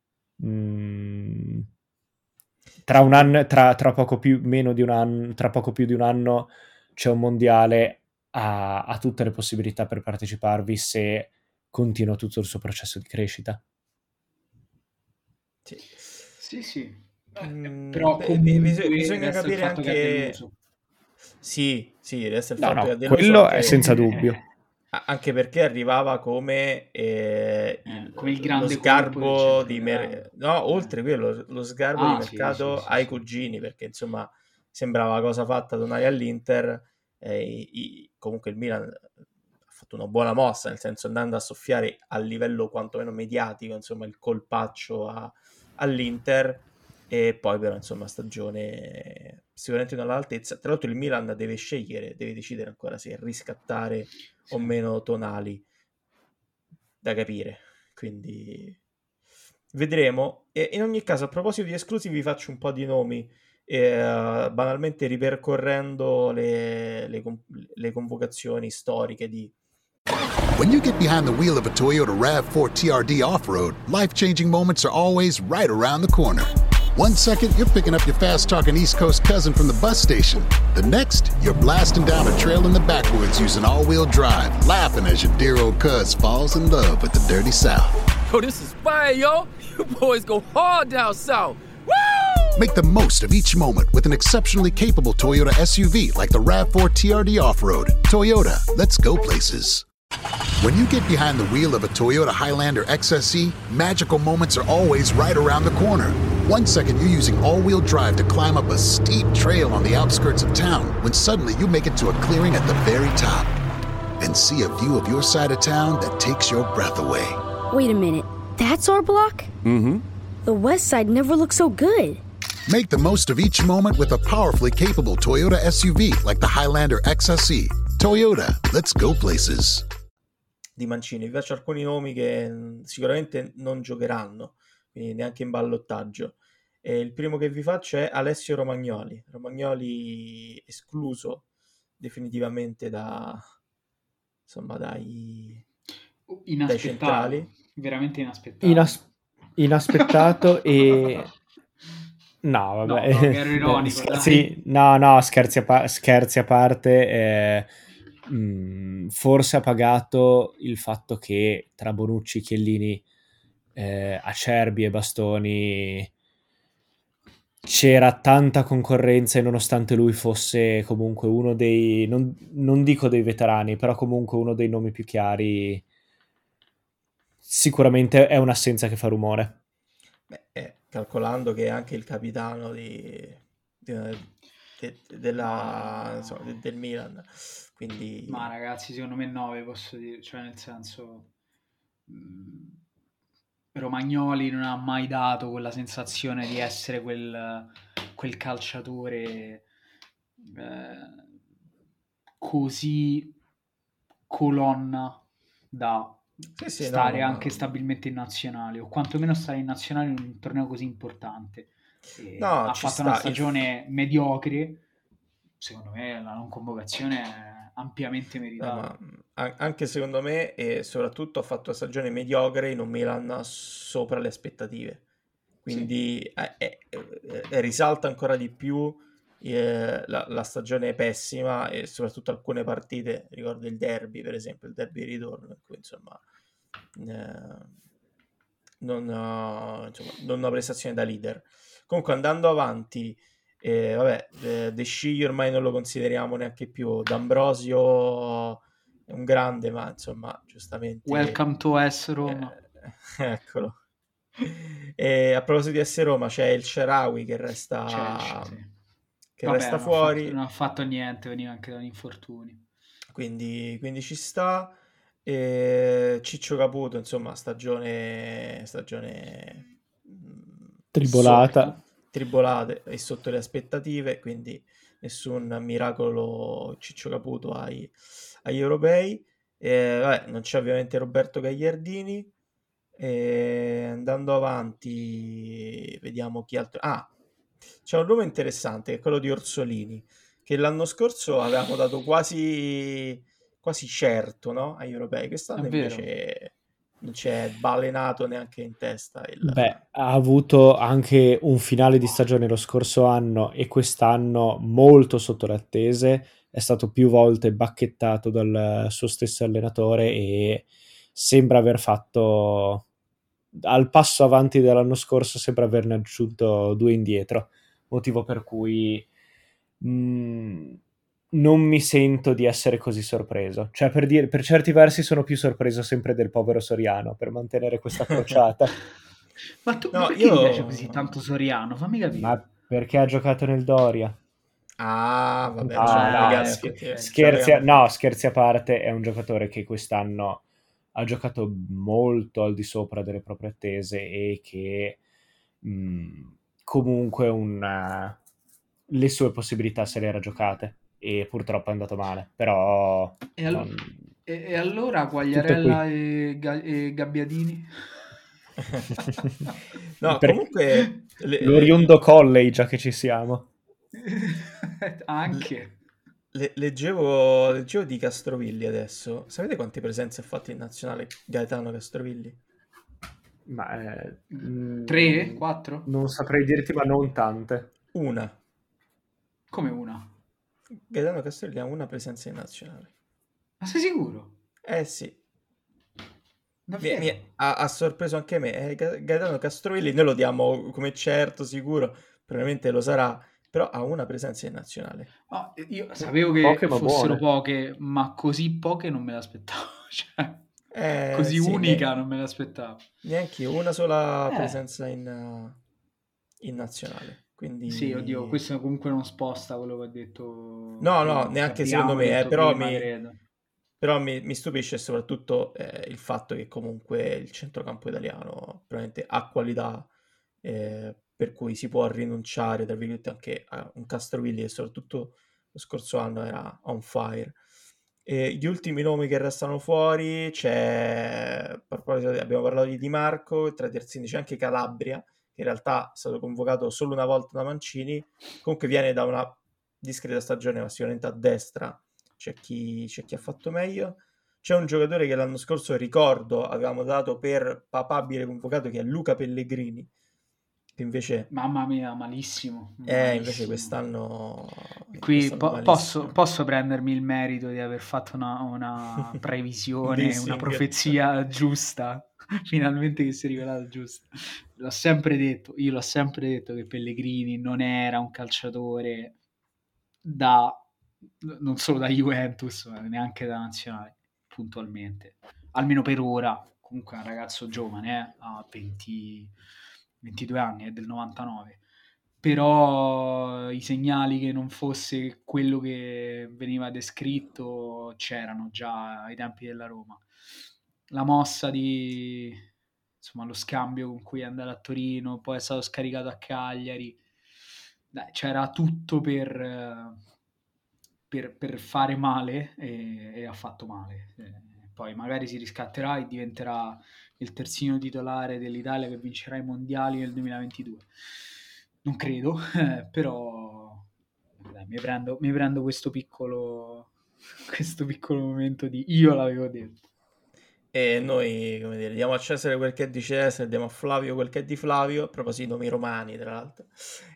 Tra un anno, tra poco più meno di un anno, tra poco più di un anno c'è un mondiale, ha tutte le possibilità per parteciparvi se continua tutto il suo processo di crescita. Sì. Però comunque bisogna capire anche sì, resta il fatto che ha deluso quello anche... è senza dubbio. Anche perché arrivava come il grande lo sgarbo di oltre quello, lo sgarbo di mercato ai cugini, perché insomma sembrava cosa fatta donare all'Inter. Comunque il Milan ha fatto una buona mossa, nel senso andando a soffiare a livello quantomeno mediatico, insomma, il colpaccio all'Inter, e poi però insomma stagione sicuramente non all'altezza. Tra l'altro il Milan deve decidere ancora se riscattare o meno Tonali, da capire, quindi vedremo. E in ogni caso, a proposito di esclusivi, vi faccio un po' di nomi, banalmente ripercorrendo le convocazioni storiche di... When you get behind the wheel of a Toyota RAV4 TRD off-road, life-changing moments are always right around the corner. 1 second, you're picking up your fast-talking East Coast cousin from the bus station. The next, you're blasting down a trail in the backwoods using all-wheel drive, laughing as your dear old cuz falls in love with the dirty South. Yo, this is fire, yo! You boys go hard down south! Woo! Make the most of each moment with an exceptionally capable Toyota SUV like the RAV4 TRD Off-Road. Toyota, let's go places. When you get behind the wheel of a Toyota Highlander XSE, magical moments are always right around the corner. 1 second you're using all-wheel drive to climb up a steep trail on the outskirts of town, when suddenly you make it to a clearing at the very top and see a view of your side of town that takes your breath away. Wait a minute, that's our block? Mm-hmm. The west side never looked so good. Make the most of each moment with a powerfully capable Toyota SUV like the Highlander XSE. Toyota, let's go places. Di Mancini, vi faccio alcuni nomi che sicuramente non giocheranno, quindi neanche in ballottaggio. Il primo che vi faccio è Alessio Romagnoli escluso definitivamente dai centrali. Veramente inaspettato. Inaspettato e... No, vabbè. No, ero ironico. Scherzi a parte. Forse ha pagato il fatto che tra Bonucci, Chiellini, Acerbi e Bastoni c'era tanta concorrenza, e nonostante lui fosse comunque uno dei, non dico dei veterani, però comunque uno dei nomi più chiari, sicuramente è un'assenza che fa rumore. Calcolando che è anche il capitano del Milan, quindi... Ma ragazzi, secondo me 9 posso dire, cioè nel senso Romagnoli non ha mai dato quella sensazione di essere quel calciatore così colonna da Sì, sì, stare no, anche stabilmente in nazionale, o quantomeno stare in nazionale in un torneo così importante. no, Ha ci fatto una sta. stagione mediocre, secondo me la non convocazione è ampiamente No, meritata. ma anche secondo me, e soprattutto ha fatto una stagione mediocre in un Milan sopra le aspettative. Sì. Quindi risalta ancora di più la stagione pessima e soprattutto alcune partite, ricordo il derby per esempio, il derby di ritorno, in cui insomma insomma, non una prestazione da leader. Comunque andando avanti, vabbè, De Sciglio ormai non lo consideriamo neanche più, D'Ambrosio è un grande, ma insomma, giustamente... Welcome to AS Roma. Eccolo. E a proposito di essere Roma, c'è il Shaarawy che resta, Chelsea, sì. che Vabbè, resta fuori, non ha fatto niente, veniva anche da un infortunio. quindi ci sta. E Ciccio Caputo, insomma, stagione Tribolata. tribolate e sotto le aspettative, quindi nessun miracolo Ciccio Caputo agli europei. Vabbè, non c'è ovviamente Roberto Gagliardini. E andando avanti, vediamo chi altro. Ah, c'è un nome interessante che è quello di Orsolini, che l'anno scorso avevamo dato quasi certo, no? Agli europei. È Quest'anno vero. invece non c'è balenato neanche in testa Beh, ha avuto anche un finale di stagione lo scorso anno e quest'anno molto sotto le attese, è stato più volte bacchettato dal suo stesso allenatore e sembra aver fatto al passo avanti dell'anno scorso, sembra averne aggiunto 2 indietro, motivo per cui non mi sento di essere così sorpreso. Cioè, per certi versi sono più sorpreso sempre del povero Soriano, per mantenere questa crociata. Ma No, perché ti piace così tanto Soriano? Fammi capire. Ma perché ha giocato nel Doria? Ah, vabbè, No, c'ha no, le ok. scherzi a parte, è un giocatore che quest'anno ha giocato molto al di sopra delle proprie attese e che comunque le sue possibilità se le era giocate e purtroppo è andato male, però E allora Tutto Quagliarella qui. e Gabbiadini? No, Perché comunque l'Oriundo Colley, già che ci siamo. Anche. leggevo di Castrovilli adesso. Sapete quante presenze ha fatto in nazionale Gaetano Castrovilli? Ma 3? 4? non saprei dirti, ma non tante. Una. Come una? Gaetano Castrovilli ha una presenza in nazionale. Ma sei sicuro? Eh sì. Davvero? Ha sorpreso anche me. Gaetano Castrovilli, noi lo diamo come certo, sicuro, probabilmente lo sarà, però ha una presenza in nazionale. Oh, io sapevo che Poche ma fossero buone. poche, ma così poche non me l'aspettavo. Così Sì, unica non me l'aspettavo. neanche io, una sola presenza in nazionale. Quindi... Sì, oddio, questo comunque non sposta quello che ho detto No, prima, che neanche secondo abbiamo me, detto però prima, credo. mi stupisce soprattutto il fatto che comunque il centrocampo italiano probabilmente ha qualità per cui si può rinunciare, tra virgolette, anche a un Castrovilli che soprattutto lo scorso anno era on fire. Gli ultimi nomi che restano fuori abbiamo parlato di Di Marco, tra i terzini c'è anche Calabria, che in realtà è stato convocato solo una volta da Mancini, comunque viene da una discreta stagione, ma sicuramente a destra c'è chi ha fatto meglio. C'è un giocatore che l'anno scorso, ricordo, avevamo dato per papabile convocato, che è Luca Pellegrini, che invece... Mamma mia, malissimo. invece quest'anno... Qui malissimo. posso prendermi il merito di aver fatto una previsione, una Dissing. profezia giusta, finalmente che si è rivelata giusta. Io l'ho sempre detto che Pellegrini non era un calciatore non solo da Juventus, ma neanche da nazionale, puntualmente. Almeno per ora, comunque è un ragazzo giovane, ha 22 anni, è del 99. Però i segnali che non fosse quello che veniva descritto c'erano già ai tempi della Roma. La mossa insomma, lo scambio con cui è andato a Torino, poi è stato scaricato a Cagliari. Dai, c'era tutto per fare male e ha fatto male. poi magari si riscatterà e diventerà il terzino titolare dell'Italia che vincerà i mondiali nel 2022. Non credo, però dai, mi prendo questo piccolo momento di io l'avevo detto. E noi, come dire, diamo a Cesare quel che è di Cesare, diamo a Flavio quel che è di Flavio, a proposito nomi romani, tra l'altro.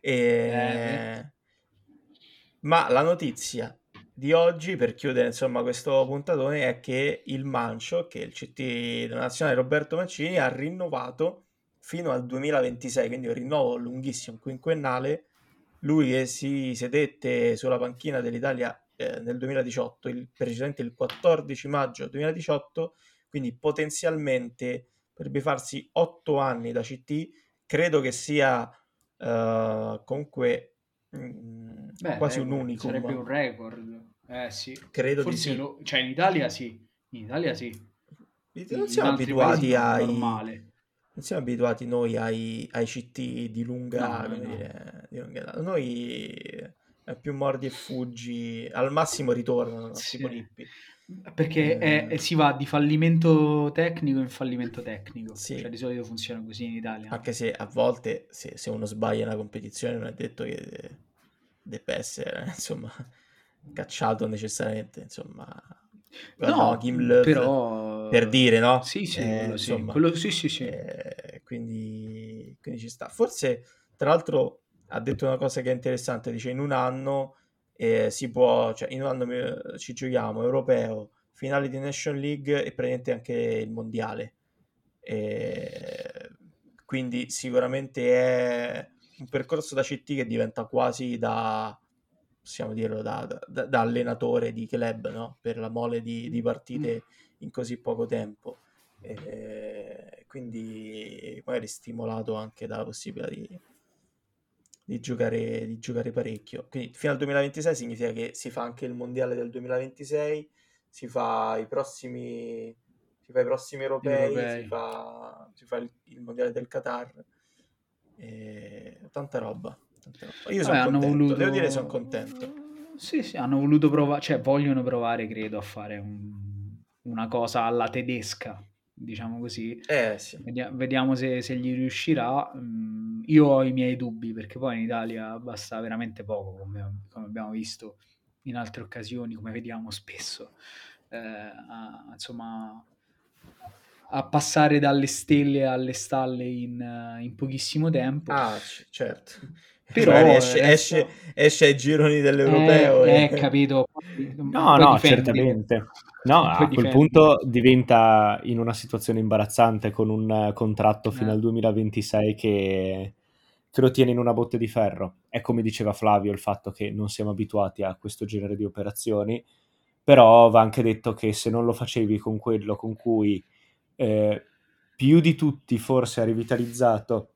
Ma la notizia di oggi, per chiudere insomma questo puntatone, è che il Mancio, che è il CT della nazionale Roberto Mancini, ha rinnovato fino al 2026, quindi un rinnovo lunghissimo, quinquennale. Lui che si sedette sulla panchina dell'Italia nel 2018, precisamente il 14 maggio 2018, quindi potenzialmente potrebbe farsi 8 anni da CT. Credo che sia comunque quasi un unicum. Sarebbe un record. Sì. Credo Forse di sì. cioè in Italia sì. In Italia sì. Non siamo abituati normale. Non siamo abituati noi ai CT di lunga, No. di lunga. Noi è più mordi e fuggi, al massimo ritornano, Sì. tipo Lippi. Perché si va di fallimento tecnico in fallimento tecnico. Sì. Cioè di solito funziona così in Italia. Anche se a volte se uno sbaglia una competizione non è detto che debba essere insomma cacciato necessariamente, insomma. No, però per dire, no? Sì, insomma, quello sì. Quindi ci sta. Forse, tra l'altro, ha detto una cosa che è interessante, dice in un anno si può, cioè in un anno ci giochiamo europeo, finale di Nation League e praticamente anche il mondiale. Quindi sicuramente è un percorso da CT che diventa quasi possiamo dirlo, da allenatore di club, no? Per la mole di partite in così poco tempo. Quindi magari stimolato anche dalla possibilità di giocare parecchio. Quindi fino al 2026 significa che si fa anche il mondiale del 2026, si fa i prossimi europei. Si fa il mondiale del Qatar. Tanta roba. Io sono contento, devo dire sono contento. Sì, hanno voluto provare, cioè vogliono provare, credo, a fare una cosa alla tedesca, diciamo così. Sì. Vediamo se gli riuscirà. Io ho i miei dubbi, perché poi in Italia basta veramente poco, come abbiamo visto in altre occasioni, come vediamo spesso. Insomma, a passare dalle stelle alle stalle in pochissimo tempo. Certo. Però esce ai gironi dell'europeo. Capito. No, certamente. No, a quel punto diventa in una situazione imbarazzante con un contratto fino al 2026 che lo tiene in una botte di ferro. È come diceva Flavio il fatto che non siamo abituati a questo genere di operazioni, però va anche detto che se non lo facevi con quello con cui più di tutti forse ha rivitalizzato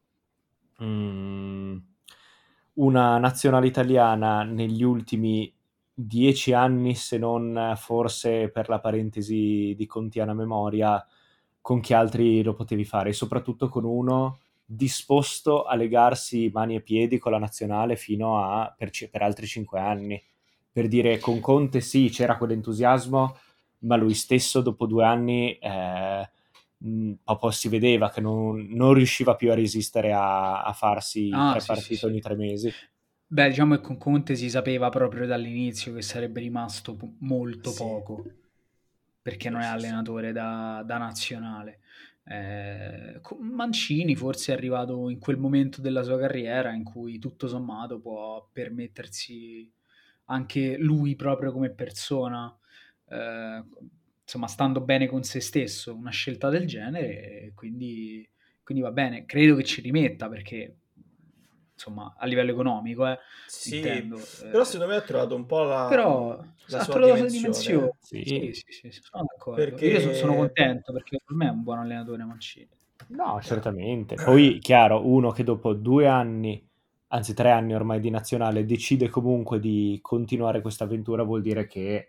una nazionale italiana negli ultimi 10 anni, se non forse per la parentesi di Contiana memoria, con chi altri lo potevi fare, e soprattutto con uno disposto a legarsi mani e piedi con la nazionale fino a per altri 5 anni. Per dire, con Conte sì, c'era quell'entusiasmo, ma lui stesso dopo 2 anni proprio si vedeva che non riusciva più a resistere a farsi 3 partite ogni 3 mesi. Beh, diciamo che con Conte si sapeva proprio dall'inizio che sarebbe rimasto molto poco, perché non è allenatore da nazionale. Mancini forse è arrivato in quel momento della sua carriera in cui tutto sommato può permettersi anche lui proprio come persona, insomma stando bene con se stesso, una scelta del genere, quindi va bene. Credo che ci rimetta, perché insomma a livello economico sì, intendo, però secondo me ha trovato un po' la sua dimensione. Sì, sono d'accordo. Perché... Io sono contento, perché per me è un buon allenatore Mancini. No, certamente. Poi, chiaro, uno che dopo 2 anni, anzi 3 anni ormai di nazionale, decide comunque di continuare questa avventura, vuol dire che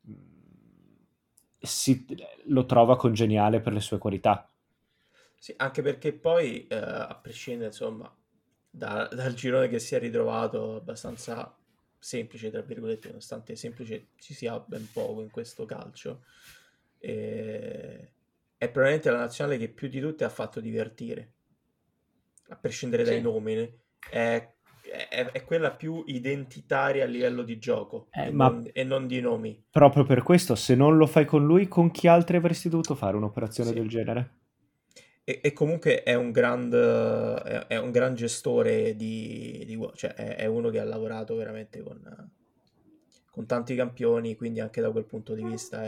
lo trova congeniale per le sue qualità. Sì, anche perché poi, a prescindere, insomma, dal girone che si è ritrovato abbastanza semplice, tra virgolette, nonostante semplice ci sia ben poco in questo calcio, è probabilmente la nazionale che più di tutte ha fatto divertire, a prescindere dai Sì. nomi, è quella più identitaria a livello di gioco e Ma non di nomi. proprio per questo, se non lo fai con lui, con chi altri avresti dovuto fare un'operazione Sì. del genere? E comunque è un gran gestore cioè è uno che ha lavorato veramente con tanti campioni, quindi anche da quel punto di vista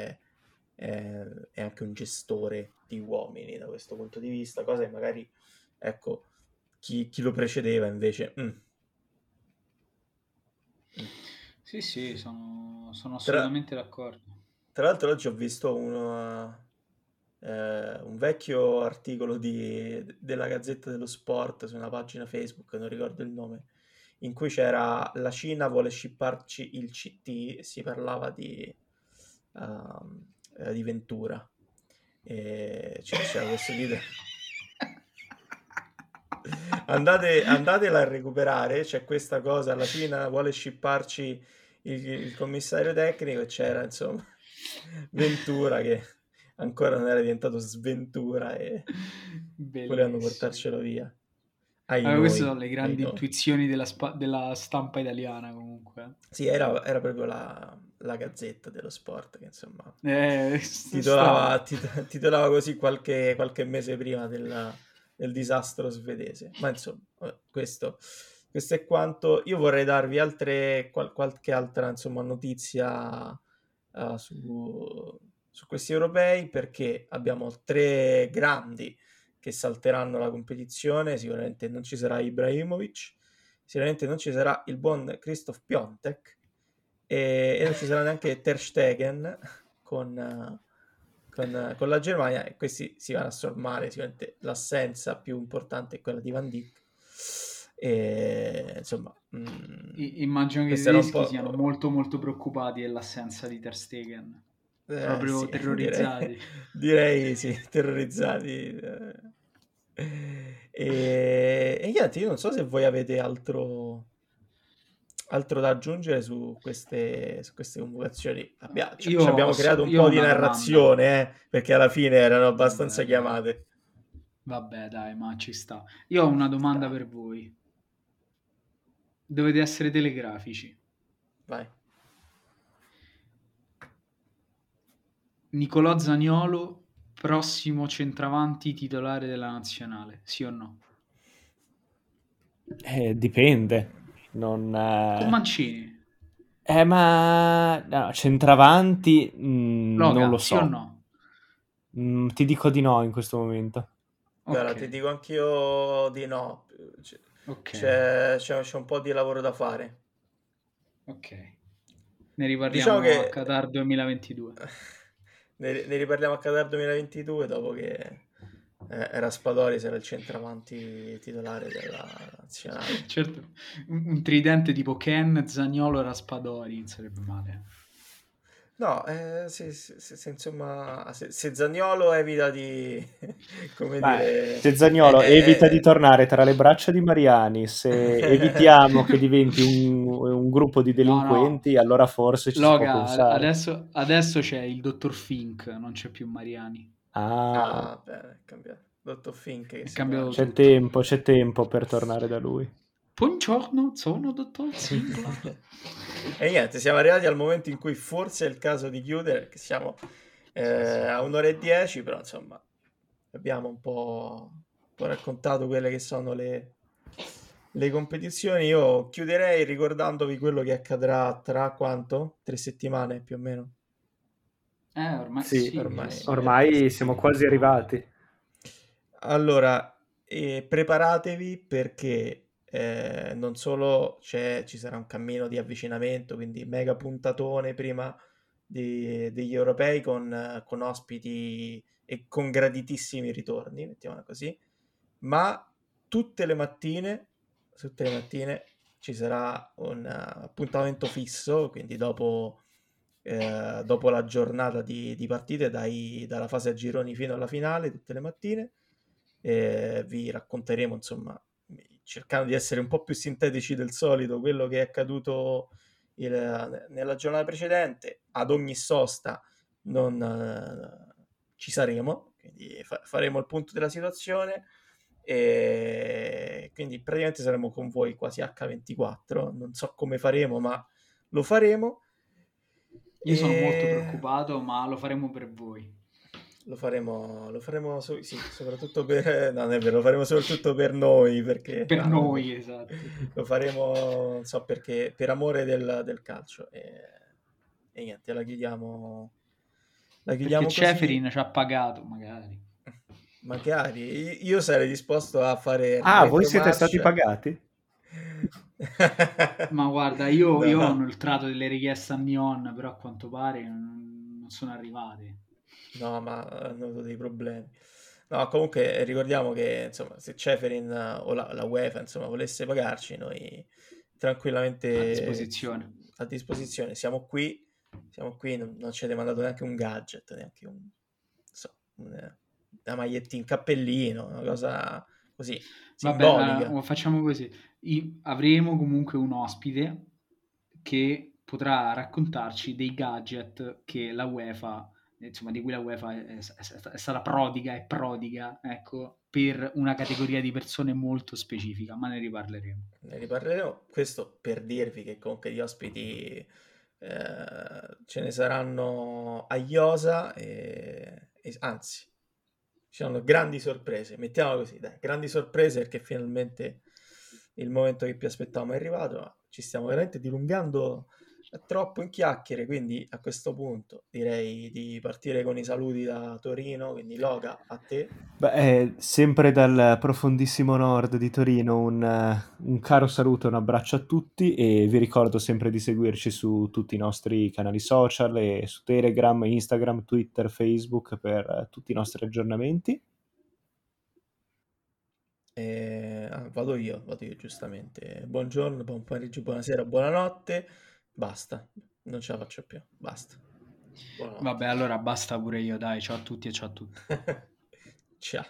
è anche un gestore di uomini da questo punto di vista, cosa che magari, ecco, chi lo precedeva invece... Sì, sono assolutamente d'accordo. Tra l'altro oggi ho visto un vecchio articolo della Gazzetta dello Sport su una pagina Facebook, non ricordo il nome, in cui c'era la Cina vuole shipparci il CT e si parlava di Ventura. E c'era questo video. Andatela a recuperare, c'è questa cosa, la Cina vuole shipparci il commissario tecnico e c'era insomma Ventura che ancora non era diventato Sventura e volevano portarcelo via. Allora, queste sono le grandi noi. intuizioni della stampa italiana comunque. Sì, era proprio la Gazzetta dello Sport che insomma titolava così qualche mese prima del disastro svedese. Ma insomma, questo è quanto. Io vorrei darvi qualche altra insomma notizia su questi europei, perché abbiamo 3 grandi che salteranno la competizione. Sicuramente non ci sarà Ibrahimovic, sicuramente non ci sarà il buon Christoph Piontek e non ci sarà neanche Ter Stegen con la Germania, e questi si vanno a sommare. Sicuramente l'assenza più importante è quella di Van Dijk e insomma immagino che i tedeschi siano molto molto preoccupati dell'assenza di Ter Stegen, proprio sì, terrorizzati. direi sì, terrorizzati. E niente, io non so se voi avete altro da aggiungere su queste convocazioni. Abbiamo creato un po' di narrazione, perché alla fine erano abbastanza chiamate. Vabbè, dai, ma ci sta. Io ho una domanda per voi. Dovete essere telegrafici. Vai. Nicolò Zaniolo, prossimo centravanti titolare della nazionale, sì o no? Dipende. Con Mancini. Ma no, centravanti Loga, non lo so. sì o no? Ti dico di no in questo momento. Guarda, ti dico anch'io di no. C'è un po' di lavoro da fare. Ok. Ne riparliamo a Qatar 2022. Ne riparliamo a Qatar 2022 dopo che Raspadori sarà il centravanti titolare della nazionale. Certo, un tridente tipo Ken, Zaniolo, Raspadori non sarebbe male. No, se insomma, se Zaniolo evita di, come dire... Se Zaniolo evita di tornare tra le braccia di Mariani, se evitiamo che diventi un gruppo di delinquenti, allora forse ci si può pensare. Adesso c'è il dottor Fink, non c'è più Mariani. Bene, è cambiato. Dottor Fink è cambiato c'è tempo per tornare da lui. Buongiorno, sono dottor Fink. E niente, siamo arrivati al momento in cui forse è il caso di chiudere, perché siamo a 1:10, però insomma abbiamo un po' raccontato quelle che sono le competizioni. Io chiuderei ricordandovi quello che accadrà tra quanto? 3 settimane più o meno. Ormai siamo quasi arrivati. Allora, preparatevi, perché non solo ci sarà un cammino di avvicinamento, quindi mega puntatone prima degli europei con ospiti e con graditissimi ritorni, mettiamola così, ma tutte le mattine ci sarà un appuntamento fisso, quindi dopo la giornata di partite dalla fase a gironi fino alla finale, tutte le mattine vi racconteremo, insomma, cercando di essere un po' più sintetici del solito, quello che è accaduto nella giornata precedente. Ad ogni sosta ci saremo, quindi faremo il punto della situazione e quindi praticamente saremo con voi quasi H24. Non so come faremo, ma lo faremo. Io sono molto preoccupato, ma lo faremo per voi. Lo faremo sì, soprattutto per no, non è vero, lo faremo soprattutto per noi, perché per noi, esatto. Lo faremo, non so perché, per amore del calcio e niente, la chiudiamo perché così. Ceferin ci ha pagato, magari io sarei disposto a fare voi siete stati pagati? Ma guarda, io ho inoltrato delle richieste a Nyon, però a quanto pare non sono arrivate. No, ma hanno avuto dei problemi. No, comunque ricordiamo che insomma, se Ceferin o la UEFA insomma volesse pagarci, noi tranquillamente a disposizione. Siamo qui, non ci avete mandato neanche un gadget, neanche una magliettina, un cappellino, una cosa così simbolica. Vabbè, facciamo così. Avremo comunque un ospite che potrà raccontarci dei gadget che la UEFA, insomma, di cui la UEFA è stata prodiga, ecco, per una categoria di persone molto specifica, ma ne riparleremo. Questo per dirvi che comunque gli ospiti ce ne saranno a iosa e anzi ci sono grandi sorprese, mettiamola così, dai, grandi sorprese, perché finalmente il momento che più aspettavamo è arrivato, ma ci stiamo veramente dilungando troppo in chiacchiere, quindi a questo punto direi di partire con i saluti da Torino, quindi Loga, a te. Sempre dal profondissimo nord di Torino un caro saluto e un abbraccio a tutti, e vi ricordo sempre di seguirci su tutti i nostri canali social e su Telegram, Instagram, Twitter, Facebook per tutti i nostri aggiornamenti. Vado io giustamente. Buongiorno, buon pomeriggio, buonasera, buonanotte. Basta, non ce la faccio più, basta. Buonanotte. Vabbè, allora basta pure io, dai, ciao a tutti e ciao a tutti. Ciao.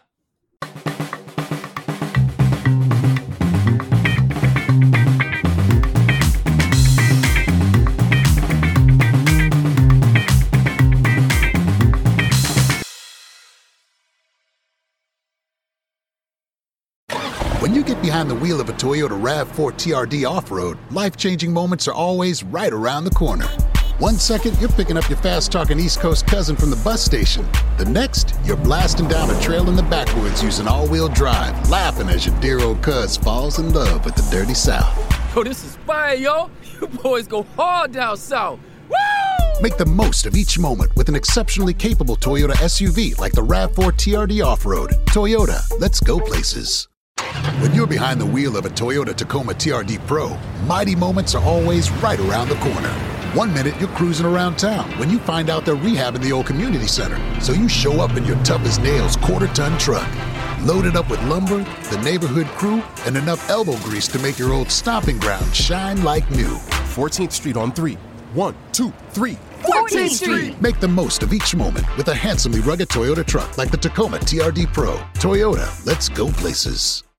When you get behind the wheel of a Toyota RAV4 TRD off-road, life-changing moments are always right around the corner. 1 second, you're picking up your fast-talking East Coast cousin from the bus station. The next, you're blasting down a trail in the backwoods using all-wheel drive, laughing as your dear old cuz falls in love with the dirty South. Yo, this is fire, yo. You boys go hard down south. Woo! Make the most of each moment with an exceptionally capable Toyota SUV like the RAV4 TRD Off-Road. Toyota, let's go places. When you're behind the wheel of a Toyota Tacoma TRD Pro, mighty moments are always right around the corner. 1 minute you're cruising around town when you find out they're rehabbing the old community center, so you show up in your tough-as-nails quarter-ton truck. Loaded up with lumber, the neighborhood crew, and enough elbow grease to make your old stomping ground shine like new. 14th Street on 3. 1, 2, 3. 14th Street! Make the most of each moment with a handsomely rugged Toyota truck like the Tacoma TRD Pro. Toyota, let's go places.